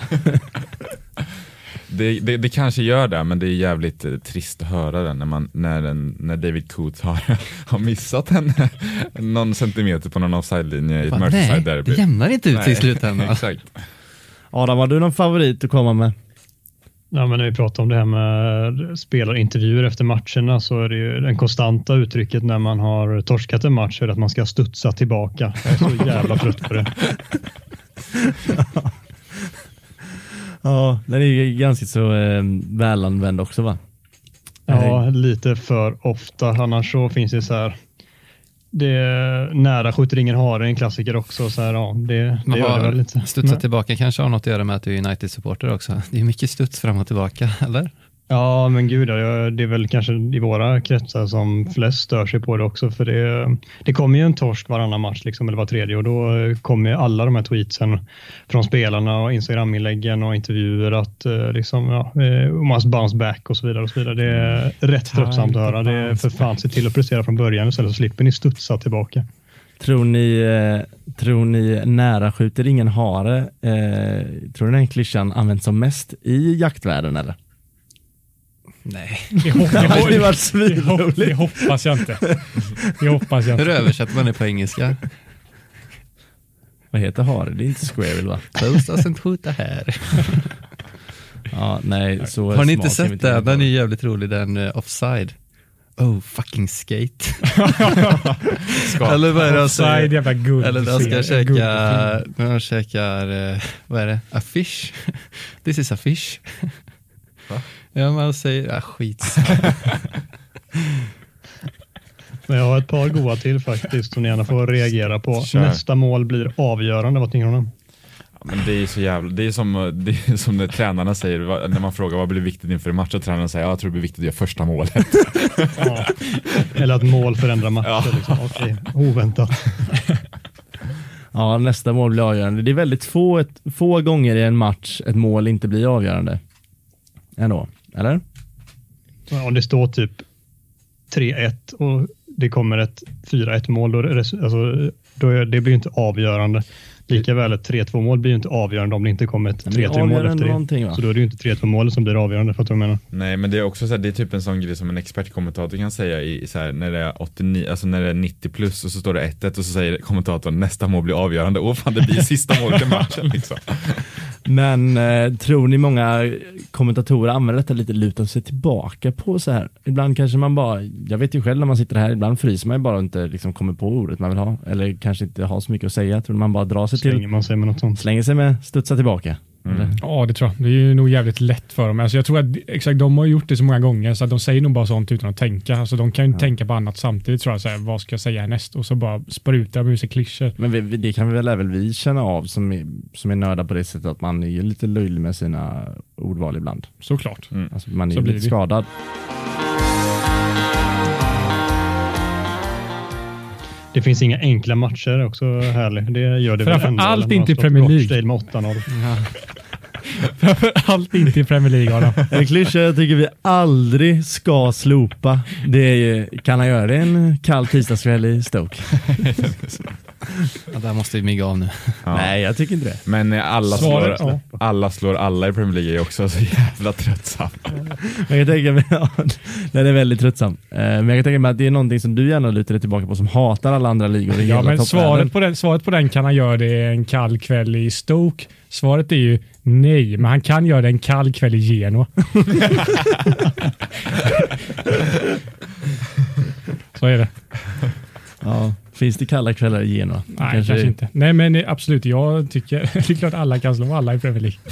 Det kanske gör det, men det är jävligt trist att höra det när David Coote har missat någon centimeter på någon offside-linje i ett Merseyside-derby. Det jämnar inte ut i slutändan. Exakt. Adam, har du någon favorit att komma med? Ja, men när vi pratar om det här med spelarintervjuer efter matcherna så är det ju den konstanta uttrycket när man har torskat en match är att man ska studsa tillbaka. Jag är så jävla trött på det. Ja, den är ju ganska så välanvänd också, va? Ja, lite för ofta. Annars så finns det så här, det är nära skjuter ingen hare, en klassiker också. Så här, ja, det gör det väl lite. Studsa tillbaka kanske har något att göra med att du är United-supporter också. Det är mycket studs fram och tillbaka, eller? Ja, men gud, det är väl kanske i våra kretsar som flest stör sig på det också. För det kommer ju en torsk varannan match liksom, eller var tredje. Och då kommer ju alla de här tweetsen från spelarna och Instagram-inläggen och intervjuer att liksom, must bounce back och så vidare och så vidare. Det är rätt tröttsamt att höra. Det är för fan se till att prestera från början istället så slipper ni studsa tillbaka. Tror ni nära skjuter ingen hare? Tror ni den klyschan används som mest i jaktvärlden eller? Nej. Det hoppas jag inte. Hur översätter man det på engelska? Vad heter hare? Det är inte squirrel, va? Close doesn't skjuta här. Ja, nej, så har ni inte sett den? Den är jävligt rolig, den offside. Oh, fucking skate. Eller vad är det offside, jävla guld. Eller de ska käka, när de käkar, vad är det? A fish. This is a fish. Va? Ja, man säger, skit. Men jag har ett par goda till faktiskt som ni gärna får reagera på. Kör. Nästa mål blir avgörande, vad tycker du om? Ja, men det är så jävla, det är som när tränarna säger, när man frågar vad blir viktigt inför en match och tränarna säger, jag tror det blir viktigt att göra första målet. Ja. Eller att mål förändrar matcher. Ja. Liksom. Okej, oväntat. Ja, nästa mål blir avgörande. Det är väldigt få gånger i en match ett mål inte blir avgörande. Ändå, eller? Ja, om det står typ 3-1 och det kommer ett 4-1 mål, då det blir ju inte avgörande. Likaväl ett 3-2 mål blir ju inte avgörande om det inte kommer ett 3-3 mål efter det. Så då är det ju inte 3-2 mål som blir avgörande, för att jag menar. Nej, men det är också så här, det är typ en sån grej som en expertkommentator kan säga i så här, när det är 89, alltså när det är 90 plus och så står det 1-1 och så säger kommentatorn nästa mål blir avgörande. Fan, det blir sista målet i matchen liksom. Men tror ni många kommentatorer använder detta lite luta sig tillbaka på så här? Ibland kanske man bara, jag vet ju själv när man sitter här, ibland fryser man ju bara och inte liksom kommer på ordet man vill ha. Eller kanske inte har så mycket att säga. Tror man bara drar sig till. Man sig med något sånt. Slänger sig med, studsa tillbaka. Ja, det tror jag. Det är ju nog jävligt lätt för dem. Alltså jag tror att exakt, de har gjort det så många gånger så att de säger nog bara sånt utan att tänka. Alltså de kan ju tänka på annat samtidigt, tror jag. Så här, vad ska jag säga härnäst? Och så bara sprutar de ur sig klyschor. Men det kan vi väl även vi känna av som är nördar på det sättet att man är ju lite löjlig med sina ordval ibland. Såklart. Alltså man är ju lite skadad. Det finns inga enkla matcher också härligt. Det gör det framför allt inte i Premier League. Med 8-0. Ja. Framförallt inte i Premier League, Adam. En klyscha jag tycker vi aldrig ska slopa. Det är ju, kan han göra det en kall tisdagskväll i Stoke? Ja, där måste vi mygga av nu. Ja. Nej, jag tycker inte det. Men Svaret, alla slår alla i Premier League är också så jävla tröttsam. Jag kan tänka mig, den är väldigt tröttsam. Men jag kan tänka mig att det är någonting som du gärna lutar dig tillbaka på, som hatar alla andra ligor i Ja, hela men svaret på den kan han göra det en kall kväll i Stoke. Svaret är ju nej, men han kan göra det en kall kväll i Genoa. Så är det. Ja, finns det kalla kvällar i Genoa? Nej, kanske inte. Nej, men absolut, jag tycker det är klart alla kan slå alla i Premier League.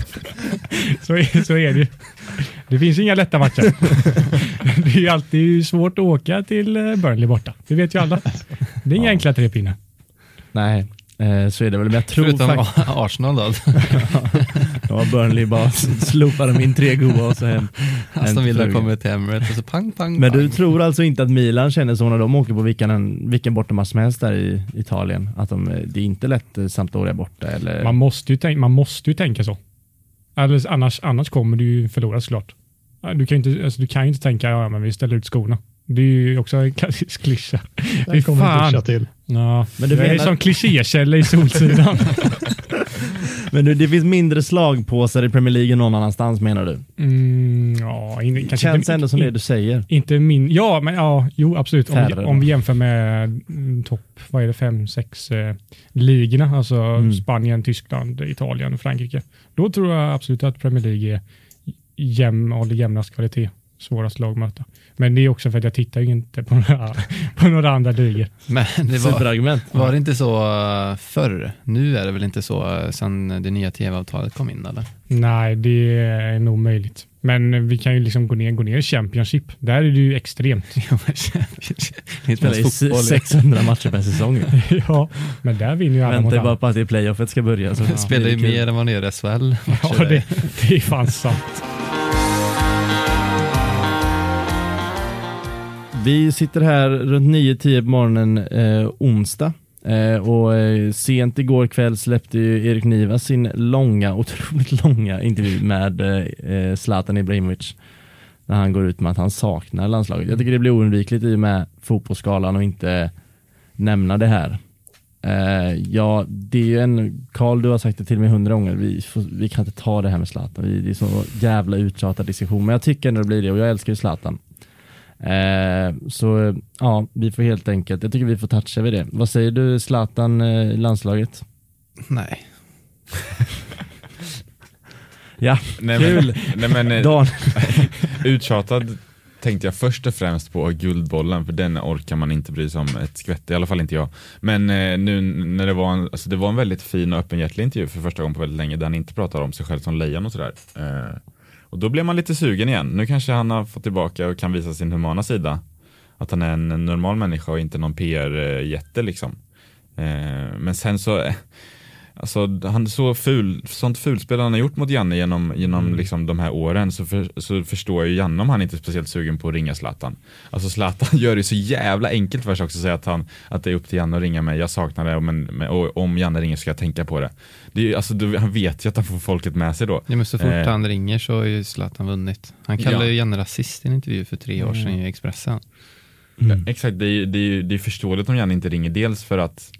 så är det ju. Det finns inga lätta matcher. Det är ju alltid svårt att åka till Burnley borta. Det vet ju alla. Det är inga enkla 3 pinnar. Nej, så är det väl. Men jag tror förutom Arsenal då. Ja, Burnley bara slopar dem in 3 goa och så hem. Aston Villa kommer till Emirates och så pang, pang, Men pang. du tror alltså inte att Milan känner så när de åker på vilken bortamatch som helst där i Italien? Att det är inte lätt Sampdoria borta? Eller? Man måste ju tänka så. Annars kommer du ju förlora såklart. Du kan ju inte tänka men vi ställer ut skorna. Det är ju också en klassisk klyscha. Det kommer vi duscha till. Ja, men det är som klichékälla i Solsidan. Men det finns mindre slagpåsar i Premier League än någon annanstans, menar du? Kanske känns inte, ändå som det du säger. Inte jo absolut. Om vi jämför med topp, vad är det, 5-6 ligorna, alltså Spanien, Tyskland, Italien och Frankrike. Då tror jag absolut att Premier League är håller jämnast kvalitet. Svårast lag att möta. Men det är också för att jag tittar ju inte på några andra ligor. Men det Superargument. var det inte så förr? Nu är det väl inte så sen det nya tv-avtalet kom in, eller? Nej, det är nog möjligt. Men vi kan ju liksom gå ner i Championship. Där är det ju extremt. Det spelar 600 matcher per säsong. Ja, men där vinner ju alla. Vänta bara på att det playoffet ska börja. Så spelar ju mer än vad ni gör i SHL. Ja, det är fan sant. Vi sitter här runt 9-10 på morgonen onsdag. Och sent igår kväll släppte ju Erik Niva sin otroligt långa intervju med Zlatan Ibrahimovic. När han går ut med att han saknar landslaget. Jag tycker det blir oundvikligt i och med fotbollsskalan och inte nämna det här. Ja, det är ju Carl, du har sagt det till mig 100 gånger. Vi kan inte ta det här med Zlatan. Det är så jävla uttjatad diskussion. Men jag tycker ändå det blir det och jag älskar ju Zlatan. Så ja, vi får helt enkelt, jag tycker vi får toucha vid det. Vad säger du, Zlatan i landslaget? Nej. Ja, kul. Uttjatad tänkte jag först och främst på Guldbollen, för den orkar man inte bry sig om ett skvätt, i alla fall inte jag. Men nu när det var en väldigt fin och öppenhjärtig intervju för första gången på väldigt länge där han inte pratade om sig själv som lejon och sådär. Och då blev man lite sugen igen. Nu kanske han har fått tillbaka och kan visa sin humana sida. Att han är en normal människa och inte någon PR-jätte liksom. Men sen så... Alltså han sånt fulspel han har gjort mot Janne genom liksom de här åren, så förstår ju Janne om han inte är speciellt sugen på att ringa Zlatan. Alltså Zlatan gör det så jävla enkelt för sig också att säga att det är upp till Janne att ringa mig. Jag saknar det och om Janne ringer ska jag tänka på det. Det är, alltså, han vet ju att han får folket med sig då. Ja, men så fort han ringer så är ju Zlatan vunnit. Han kallar ju Janne rasist i en intervju för 3 år sedan i Expressen. Ja, exakt, det är förståeligt om Janne inte ringer, dels för att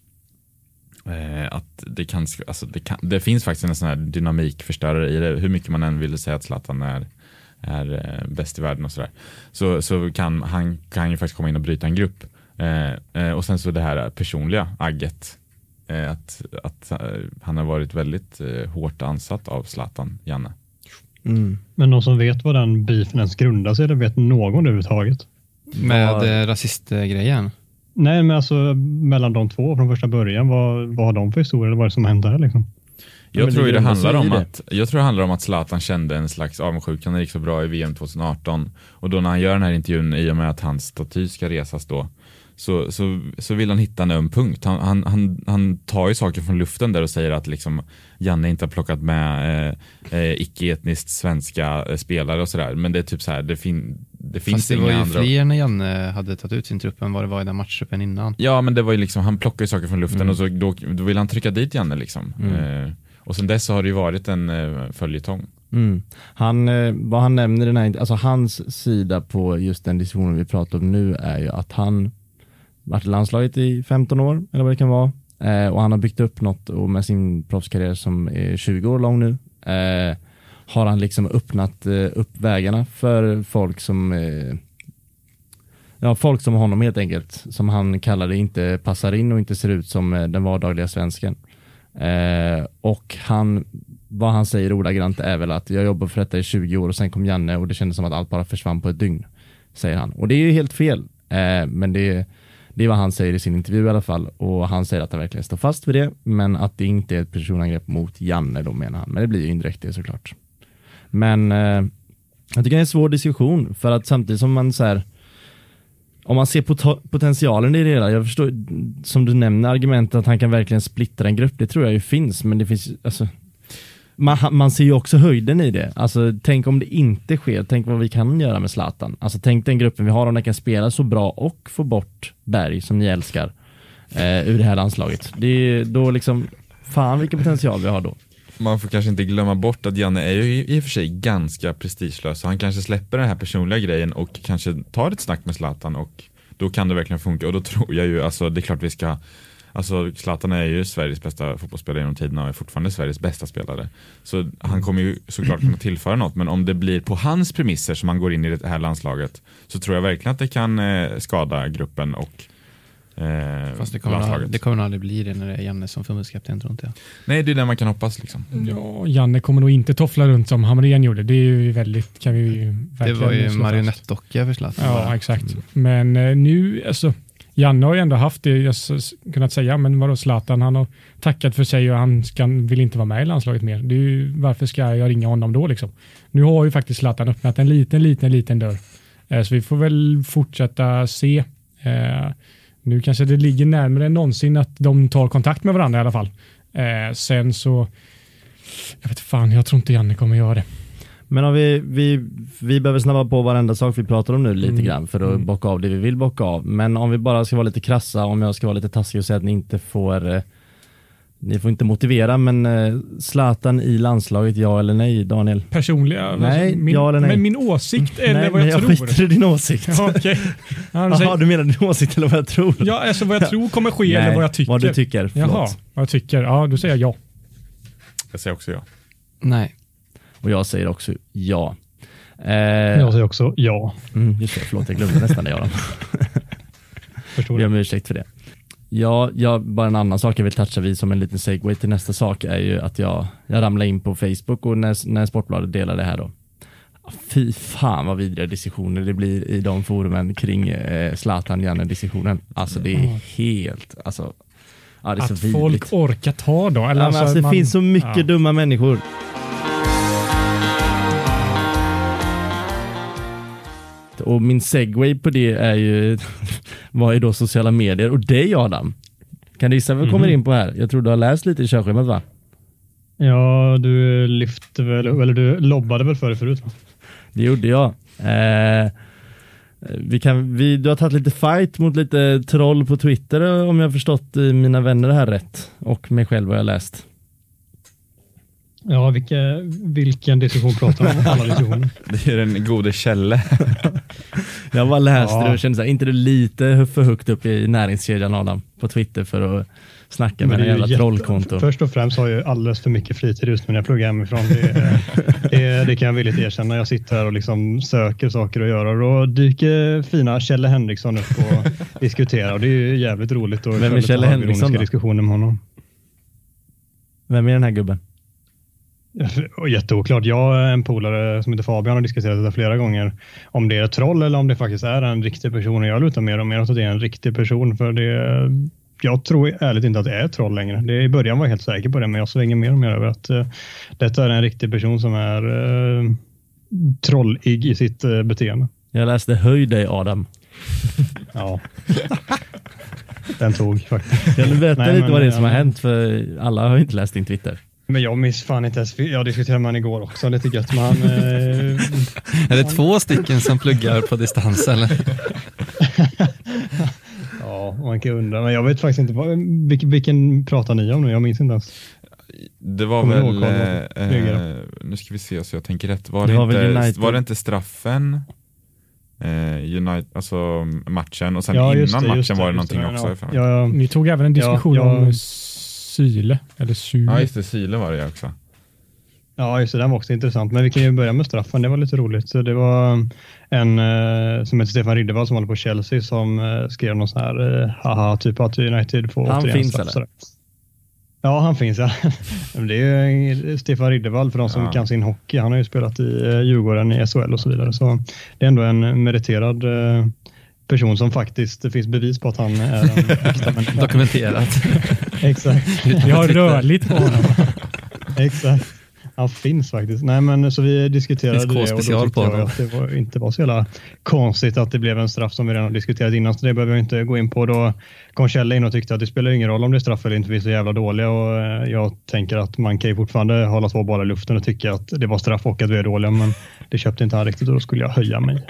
det finns faktiskt en sån här dynamikförstörare i det. Hur mycket man än vill säga att Zlatan är bäst i världen och sådär, så kan han ju faktiskt komma in och bryta en grupp. Och sen så det här personliga agget, att han har varit väldigt hårt ansatt av Zlatan, Janne. Men någon som vet vad den beefen ens grundar sig, eller vet någon överhuvudtaget? Med rasistgrejen? Nej, men alltså mellan de två från första början, vad har de för historia, eller vad är det som händer här liksom? Jag tror det handlar om att Zlatan kände en slags avundsjuka när det gick så bra i VM 2018, och då när han gör den här intervjun, i och med att hans staty ska resas då, så vill han hitta en öm punkt. Han tar ju saker från luften där och säger att liksom Janne inte har plockat med icke-etniskt svenska spelare och sådär, men det är typ så här, det finns inga andra. Det var ju fler när Janne hade tagit ut sin trupp än vad det var i den matchuppen innan. Ja, men det var ju liksom, han plockar ju saker från luften och så då vill han trycka dit Janne liksom. Och sen dess så har det ju varit en följetong. Vad han nämner i den här, alltså hans sida på just den diskussionen vi pratar om nu är ju att han varit i landslaget i 15 år eller vad det kan vara, och han har byggt upp något, och med sin proffskarriär som är 20 år lång nu har han liksom öppnat upp vägarna för folk som folk som honom helt enkelt, som han kallar det, inte passar in och inte ser ut som den vardagliga svensken. Och vad han säger ordagrant är väl att jag jobbar för detta i 20 år och sen kom Janne och det kändes som att allt bara försvann på ett dygn, säger han. Och det är ju helt fel, men det är vad han säger i sin intervju i alla fall, och han säger att han verkligen står fast vid det, men att det inte är ett personangrepp mot Janne då, menar han. Men det blir ju indirekt det såklart. Men jag tycker det är en svår diskussion, för att samtidigt som man så här, om man ser på potentialen i det hela, jag förstår som du nämner argumentet att han kan verkligen splittra en grupp, det tror jag ju finns, men det finns alltså, man ser ju också höjden i det. Alltså tänk om det inte sker, tänk vad vi kan göra med Zlatan. Alltså tänk den gruppen vi har, om den kan spela så bra och få bort Berg som ni älskar ur det här landslaget. Det är då liksom, fan vilken potential vi har då. Man får kanske inte glömma bort att Janne är ju i och för sig ganska prestigelös, så han kanske släpper den här personliga grejen och kanske tar ett snack med Zlatan, och då kan det verkligen funka. Och då tror jag ju, alltså det är klart vi ska, alltså Zlatan är ju Sveriges bästa fotbollsspelare genom tiden och är fortfarande Sveriges bästa spelare, så han kommer ju såklart kunna tillföra något, men om det blir på hans premisser som man går in i det här landslaget, så tror jag verkligen att det kan skada gruppen och fast det kommer aldrig bli det när det är Janne som förbundskapten, tror inte jag. Nej, det är det man kan hoppas liksom. Ja, Janne kommer nog inte toffla runt som Hamrén gjorde. Det är ju väldigt, kan vi ju verkligen. Det var ju marionettdocka för Zlatan. Ja, exakt. Men nu, alltså Janne har ju ändå haft det, jag kunnat säga, men vadå Zlatan, han har tackat för sig och han vill inte vara med i landslaget mer. Det är ju, varför ska jag ringa honom då liksom? Nu har ju faktiskt Zlatan öppnat en liten dörr. Så vi får väl fortsätta se. Nu kanske det ligger närmare än någonsin att de tar kontakt med varandra i alla fall. Sen så, jag vet fan, jag tror inte Janne kommer göra det. Men om vi behöver snabba på varenda sak vi pratar om nu lite grann för att bocka av det vi vill bocka av. Men om vi bara ska vara lite krassa, om jag ska vara lite taskig och säga att ni får inte motivera, men Zlatan i landslaget, ja eller nej, Daniel? Personliga? Nej, alltså, ja eller nej? Men min åsikt eller nej, vad jag tror? Jag skiter i din åsikt. Ja, okay. Jaha, du menar din åsikt eller vad jag tror? Ja, alltså vad jag tror kommer ske eller vad jag tycker. Vad du tycker, förlåt. Jaha, vad jag tycker. Ja, då säger jag ja. Jag säger också ja. Nej. Och jag säger också ja. Jag säger också ja. Just det, förlåt, jag glömde nästan det. Jag ber ursäkt för det. Ja, bara en annan sak jag vill toucha vid som en liten segway till nästa sak är ju att jag ramlade in på Facebook och när Sportbladet delade det här då. Fy fan vad vidriga diskussioner det blir i de forumen kring Zlatan-Janne-diskussionen. Alltså det är helt, alltså ja, det är att så folk vidrigt. orkar ta då. Eller alltså, det finns så mycket dumma människor. Och min segway på det är ju vad är då sociala medier, och dig Adam, kan du gissa vad vi kommer in på här? Jag tror du har läst lite i körschemat, va? Ja, du lyfte väl, eller du lobbade väl för det förut, va? Det gjorde jag. Du har tagit lite fight mot lite troll på Twitter, om jag har förstått mina vänner här rätt, och mig själv har jag läst. Ja, vilken diskussion pratar vi om? Alla diskussioner. Det är den gode Kjelle. Jag bara läste det och kände så här, inte du lite för högt upp i näringskedjan, Adam, på Twitter för att snacka med en jävla trollkonto? Först och främst har jag alldeles för mycket fritid just när jag pluggar hemifrån. Det kan jag villigt erkänna. Jag sitter här och liksom söker saker att göra, och då dyker fina Kjelle Henriksson upp och diskuterar, och det är ju jävligt roligt. Och vem är Kjelle Henriksson då? Diskussioner med honom. Vem är den här gubben? Jätteoklart. Jag är en polare som heter Fabian har diskuterat det flera gånger, om det är ett troll eller om det faktiskt är en riktig person. Jag lutar mer och mer att det är en riktig person, för jag tror ärligt inte att det är ett troll längre. I början var jag helt säker på det, men jag svänger mer och mer över att detta är en riktig person som är trollig i sitt beteende. Jag läste höj dig, Adam. Ja. Den tog faktiskt. Kan du berätta lite vad det är som har hänt, för alla har inte läst din Twitter. Men jag minns fan inte ens. Jag diskuterade med han igår också. Lite gött. Man, är det 2 stycken som pluggar på distans eller? Ja, man kan undra. Men jag vet faktiskt inte. Vilken pratar ni om nu? Jag minns inte ens. det var väl nu ska vi se så jag tänker rätt. Var det inte straffen United, alltså matchen och sen innan matchen var det någonting också. Ni tog även en diskussion om Syle eller Syle. Ja, just det, Syle var det också. Ja, just det, den var också intressant. Men vi kan ju börja med straffen, det var lite roligt. Så det var en som heter Stefan Riddervall som håller på Chelsea som skrev någon sån här haha, typ att United får han finns eller? Ja, han finns. Ja. Det är ju Stefan Riddervall för de som kan sin hockey. Han har ju spelat i Djurgården i SHL och så vidare. Så det är ändå en meriterad person som faktiskt, det finns bevis på att han är en äkta människa. Dokumenterat. Exakt. Vi har rörligt på honom. Exakt. Han finns faktiskt. Nej, men så vi diskuterade det och då tyckte jag att det inte var så jävla konstigt att det blev en straff som vi redan diskuterat innan, så det behöver jag inte gå in på. Då kom Kjell in och tyckte att det spelar ingen roll om det är straff eller inte, vi är så jävla dåliga, och jag tänker att man kan ju fortfarande hålla två bollar i luften och tycka att det var straff och att vi är dåliga, men det köpte inte han riktigt och då skulle jag höja mig.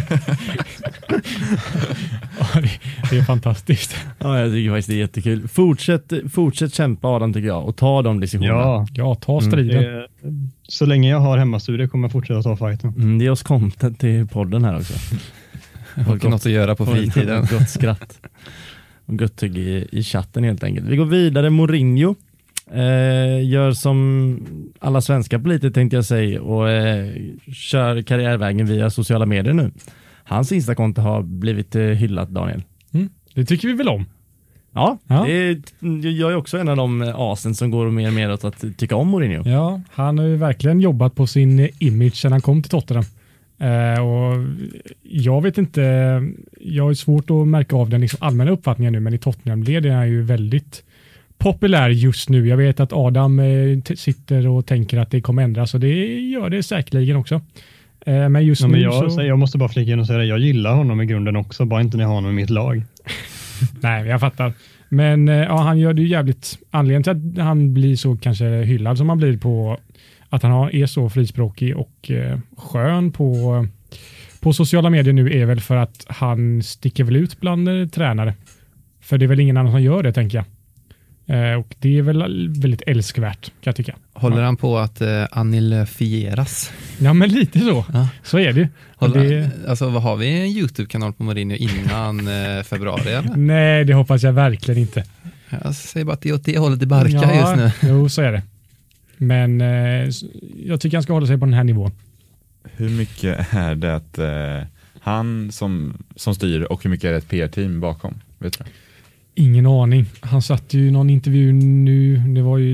Det är fantastiskt. Ja, jag tycker faktiskt det är jättekul. Fortsätt kämpa, Adam, tycker jag, och ta de diskussionerna. Ja, ta striden. Så länge jag har hemmastudier kommer jag fortsätta ta fighten. Det är oss content till podden här också. Och något att göra på fritiden. Gott skratt. Och gott tugg i chatten helt enkelt. Vi går vidare. Mourinho gör som alla svenska politiker, tänkte jag säga, och kör karriärvägen via sociala medier nu. Hans Instakonto har blivit hyllat, Daniel. Det tycker vi väl om. Ja. Jag är också en av de asen som går mer och mer åt att tycka om Mourinho. Ja, han har ju verkligen jobbat på sin image sedan han kom till Tottenham. Och jag vet inte, jag har svårt att märka av den liksom allmänna uppfattningen nu, men i Tottenham-led är han ju väldigt populär just nu. Jag vet att Adam sitter och tänker att det kommer ändras, och det gör det säkerligen också. Men just nu jag måste bara flika in och säga det. Jag gillar honom i grunden också, bara inte när jag har honom i mitt lag. Nej, jag fattar. Men han gör det ju jävligt, anledningen till att han blir så kanske hyllad som han blir på att han är så frispråkig och skön på sociala medier nu är väl för att han sticker väl ut bland tränare. För det är väl ingen annan som gör det, tänker jag. Och det är väl väldigt älskvärt, kan jag tycka. Håller han på att anilfieras? Ja, men lite så. Ja. Så är det. Alltså, vad har vi en YouTube-kanal på Mourinho innan februari? Eller? Nej, det hoppas jag verkligen inte. Jag säger bara att det är åt det hållet i barka just nu. Jo, så är det. Men jag tycker han ska hålla sig på den här nivån. Hur mycket är det att han som styr, och hur mycket är det ett PR-team bakom? Vet du? Ingen aning. Han satt ju någon intervju nu,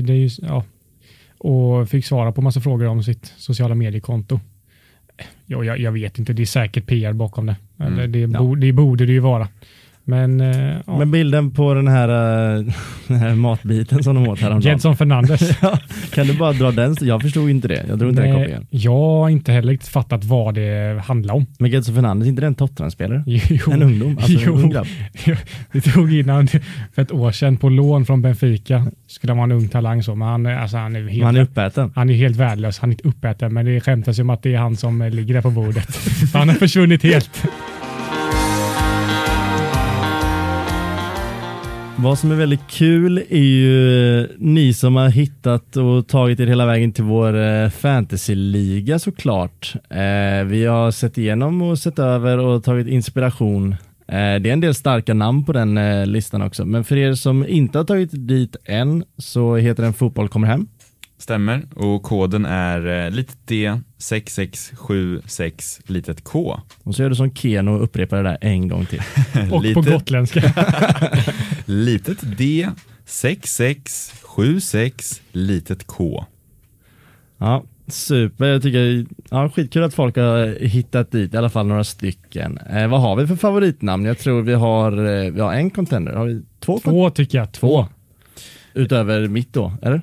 och fick svara på massa frågor om sitt sociala mediekonto. Jag vet inte, det är säkert PR bakom det. Eller det borde det ju vara. Men bilden på den här matbiten som de åt här. Gedson Fernandes. Kan du bara dra den? Jag förstod inte det. Jag tror inte det kom igen. Jag har inte heller fattat vad det handlar om. Men Gedson Fernandes, inte den Tottenham-spelare? Jo. En ungdom? Alltså en ung grabb. Det tog innan för ett år sedan på lån från Benfica. Skulle vara en ung talang så. Men han är uppäten. Han är helt värdelös. Han är inte uppäten, men det skämtas om att det är han som ligger där på bordet. Han har försvunnit helt. Vad som är väldigt kul är ju ni som har hittat och tagit er hela vägen till vår fantasyliga såklart. Vi har sett igenom och sett över och tagit inspiration. Det är en del starka namn på den listan också. Men för er som inte har tagit dit än så heter den Fotboll kommer hem. Stämmer, och koden är litet D 6676 litet K. Och så gör du som Keno och upprepar det där en gång till. Och på gotländska. Litet D 6676 litet K. Ja, super. Jag tycker skitkul att folk har hittat dit i alla fall några stycken. Vad har vi för favoritnamn? Jag tror vi har en contender. Har vi två tycker jag. Två. Utöver mitt då, eller?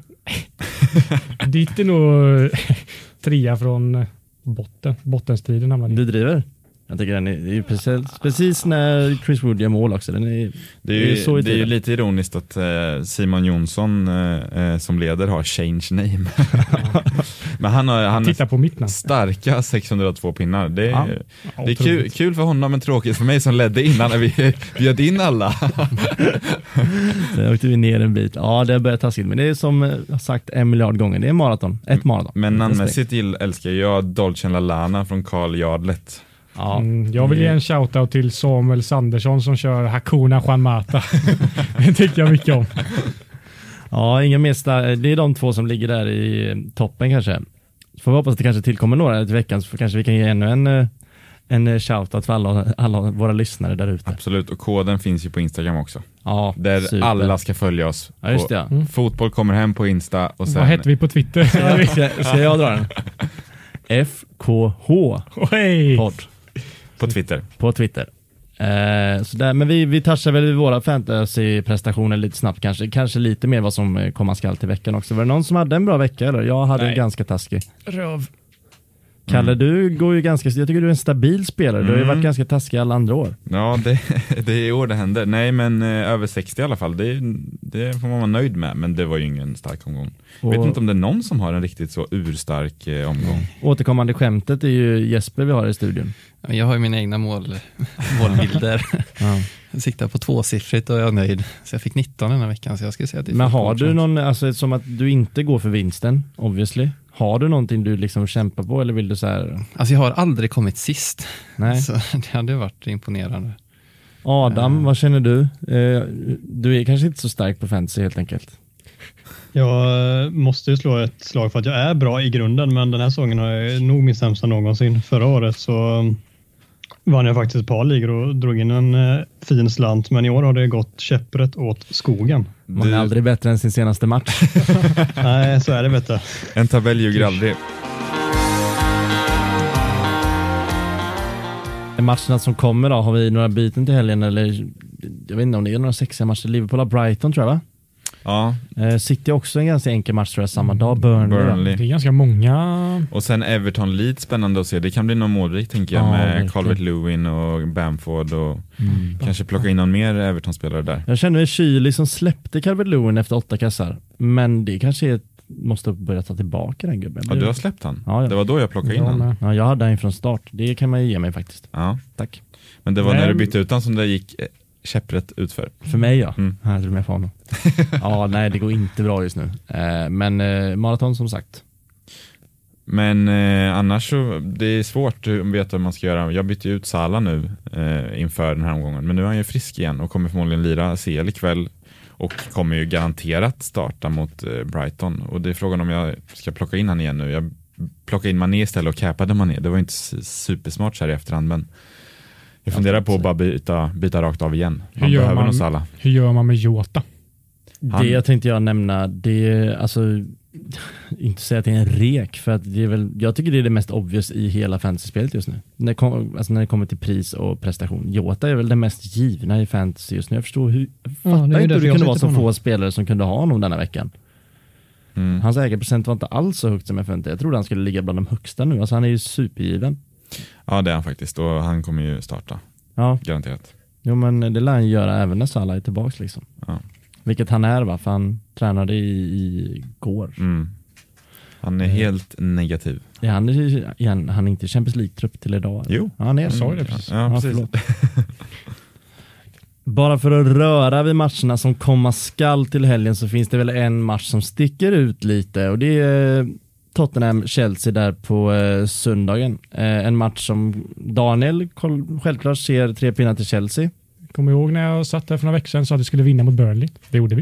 Ditt är nog 3 från bottenstriden. Du driver? Jag tycker den är precis när Chris Wood gör mål också. Det är ju lite ironiskt att Simon Jonsson som leder har change name. Men han tittar på mitt namn. Starka 602 pinnar. Det är kul för honom, men tråkigt för mig som ledde innan när vi bjöd in alla. Sen åkte vi ner en bit. Ja, det börjar taskigt. Men det är som sagt 1 miljard gånger. Det är maraton. Ett maraton. Men namnmässigt älskar jag Dolce Lallana från Carl Jardlet. Ja. Jag vill ge en shoutout till Samuel Sandersson som kör Hakuna Juan Mata. Det tycker jag mycket om. Ja, inga mer det är de 2 som ligger där i toppen kanske. Får vi hoppas att det kanske tillkommer några i veckan, så kanske vi kan ge ännu en shoutout för alla våra lyssnare där ute. Absolut, och koden finns ju på Instagram också. Ja, där super. Alla ska följa oss. Ja, just det. Fotboll kommer hem på Insta. Och sen... Vad heter vi på Twitter? Ska jag dra den? FKH podd. På Twitter. På Twitter. Så där, men vi touchar väl våra fantasy-prestationer lite snabbt. Kanske lite mer vad som komma skall till veckan också. Var det någon som hade en bra vecka? Eller? Jag hade en ganska taskig. Röv. Kalle, du går ju jag tycker du är en stabil spelare. Du har ju varit ganska taskig alla andra år. Ja, det är i år det händer. Nej, men över 60 i alla fall. Det får man vara nöjd med. Men det var ju ingen stark omgång. Jag vet inte om det är någon som har en riktigt så urstark omgång. Återkommande skämtet är ju Jesper vi har i studion. Jag har ju mina egna målbilder. Ja. Jag siktar på 2-siffrigt och jag är nöjd. Så jag fick 19 den här veckan. Så jag skulle säga att det är. Men har du någon, alltså som att du inte går för vinsten, obviously. Har du någonting du liksom kämpar på, eller vill du så här? Alltså jag har aldrig kommit sist. Nej. Så det hade varit imponerande. Adam, vad känner du? Du är kanske inte så stark på fantasy helt enkelt. Jag måste ju slå ett slag för att jag är bra i grunden, men den här säsongen har jag nog min sämsta någonsin. Förra året så vann jag faktiskt ett par ligor och drog in en fin slant, men i år har det gått käpprätt åt skogen. Man är aldrig bättre än sin senaste match. Nej, så är det, vet du. En tabell ljuger aldrig. Matcherna som kommer då, har vi några byten till helgen, eller jag vet inte om det är några sexiga matcher. Liverpool och Brighton tror jag, va? Ja. City också en ganska enkel match tror jag, samma dag. Burnley. Det är ganska många. Och sen Everton Leeds, spännande att se. Det kan bli någon målrik tänker jag, med Calvert-Lewin och Bamford och kanske plocka in någon mer Everton-spelare där. Jag känner att Kyli som släppte Calvert-Lewin efter 8 kassar, men det kanske måste börja ta tillbaka den gubben. Ja, du har släppt han. Ja. Det var då jag plockade in han. Ja, jag hade han från start. Det kan man ju ge mig faktiskt. Ja. Tack. Men det var när du bytte ut han som det gick käpprätt utför. För mig ja. Jag tror med för honom. Ja, nej, det går inte bra just nu. Men maraton som sagt. Men annars så, det är svårt att veta vad man ska göra. Jag bytte ut Salah nu inför den här omgången. Men nu är han ju frisk igen och kommer förmodligen lira CL ikväll. Och kommer ju garanterat starta mot Brighton. Och det är frågan om jag ska plocka in han igen nu. Jag plockade in Mané istället och capade Mané. Det var inte supersmart så här i efterhand, men jag funderar på att bara byta rakt av igen. Man behöver nog Salah. Hur gör man med Jota? Det jag tänkte jag nämna, det är alltså inte säga att det är en rek, för att det är väl, jag tycker det är det mest obvious i hela fantasy-spelet just nu. När det kommer till pris och prestation. Jota är väl det mest givna i fantasy just nu. Jag förstår fattar inte hur det kunde vara så få spelare som kunde ha honom denna veckan. Hans ägarprocent var inte alls så högt som jag förväntade. Jag trodde han skulle ligga bland de högsta nu. Alltså han är ju supergiven. Ja, det är han faktiskt. Och han kommer ju starta. Ja. Garanterat. Jo, men det lär han göra även när Salah är tillbaka liksom. Ja. Vilket han är, va? För han tränade i går. Han är helt negativ. Ja, han är inte Champions League-trupp till idag. Jo. Ja, han är. Jag sa det precis. Ja, precis. Bara för att röra vid matcherna som komma skall till helgen, så finns det väl en match som sticker ut lite. Och det är Tottenham-Chelsea där på söndagen. En match som Daniel självklart ser 3 pinnar till Chelsea. Kommer ihåg när jag satt där för några veckor sedan och sa att vi skulle vinna mot Burnley. Det gjorde vi.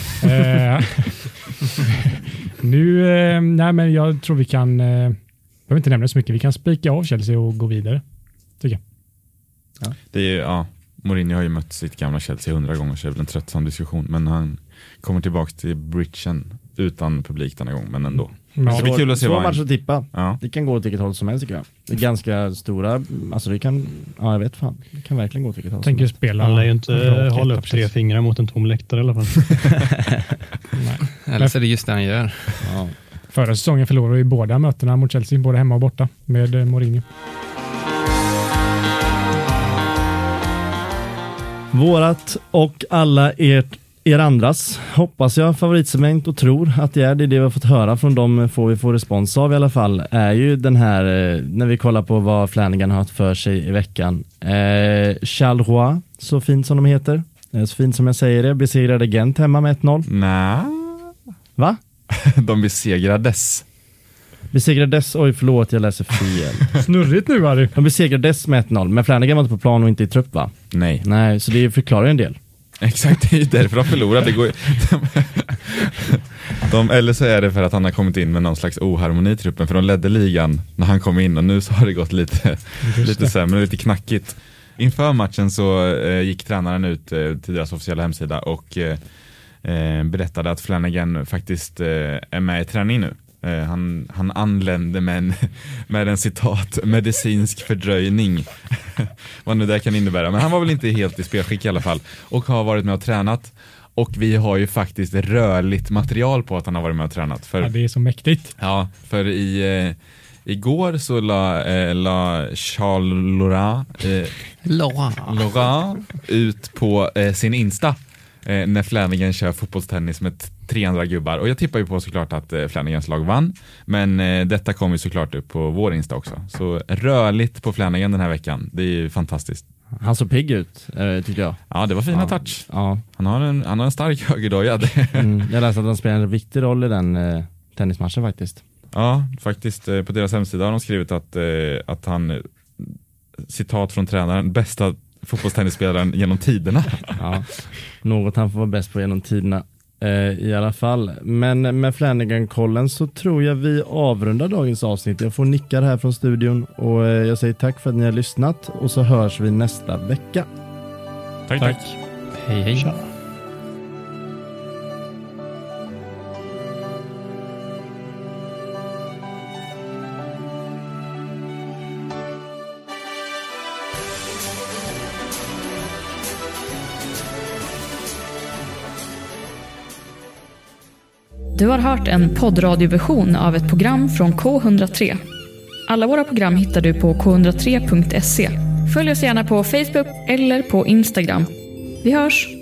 Nej, men jag tror vi kan, jag vill inte nämna så mycket, vi kan spika av Chelsea och gå vidare, tycker jag. Ja. Det är, Mourinho har ju mött sitt gamla Chelsea 100 gånger, så det är väl en tröttsam diskussion, men han kommer tillbaka till bridgen utan publik denna gång, men ändå. Ja. Det blir kul att se vad match att tippa. Ja. Det kan gå åt vilket håll som helst, tycker jag. Det är ganska stora, alltså det kan, jag vet fan, det kan verkligen gå åt vilket håll som helst. Han lär ju inte hålla upp 3 fingrar mot en tom läktare i alla fall. Eller så är det just det han gör. Ja. Förra säsongen förlorade vi båda mötena mot Chelsea, både hemma och borta, med Mourinho. Vårat och alla er andras, hoppas jag, favoritsegment och tror att det är det vi har fått höra från dem, får vi få respons av i alla fall, är ju den här, när vi kollar på vad Flanagan har haft för sig i veckan. Charleroi, så fint som de heter, så fint som jag säger det, besegrade Gent hemma med 1-0. Nej. Va? De besegrades. Besegrades, oj förlåt, jag läser fel. Snurrigt nu, Harry. De besegrades med 1-0, men Flanagan var inte på plan och inte i trupp, va? Nej. Nej, så det förklarar en del. Exakt, det är därför de förlorar. Eller så är det för att han har kommit in med någon slags oharmoni i truppen, för de ledde ligan när han kom in och nu så har det gått lite sämre, lite knackigt. Inför matchen så gick tränaren ut till deras officiella hemsida och berättade att Flanagan faktiskt är med i träning nu. Han anlände med en citat medicinsk fördröjning. Vad nu det kan innebära. Men han var väl inte helt i spelskick i alla fall. Och har varit med och tränat. Och vi har ju faktiskt rörligt material på att han har varit med och tränat. Ja, det är så mäktigt. Ja, för igår så la Charles Laurent ut på sin Insta när Flanagan kör fotbollstennis med 3 andra gubbar. Och jag tippar ju på såklart att Flanagans lag vann. Men detta kommer ju såklart upp på vår Insta också. Så rörligt på Flanagan den här veckan. Det är ju fantastiskt. Han såg pigg ut, tycker jag. Ja, det var fina touch. Ja. Han har en stark högerdoja. Jag läste att han spelar en viktig roll i den tennismatchen faktiskt. Ja, faktiskt. På deras hemsida har de skrivit att han, citat från tränaren, bästa fotbollstennisspelaren genom tiderna. Ja, något han får vara bäst på genom tiderna i alla fall. Men med Flanagan-kollen så tror jag vi avrundar dagens avsnitt. Jag får nickar här från studion och jag säger tack för att ni har lyssnat och så hörs vi nästa vecka. Tack. Hej hej. Tja. Du har hört en poddradioversion av ett program från K103. Alla våra program hittar du på k103.se. Följ oss gärna på Facebook eller på Instagram. Vi hörs!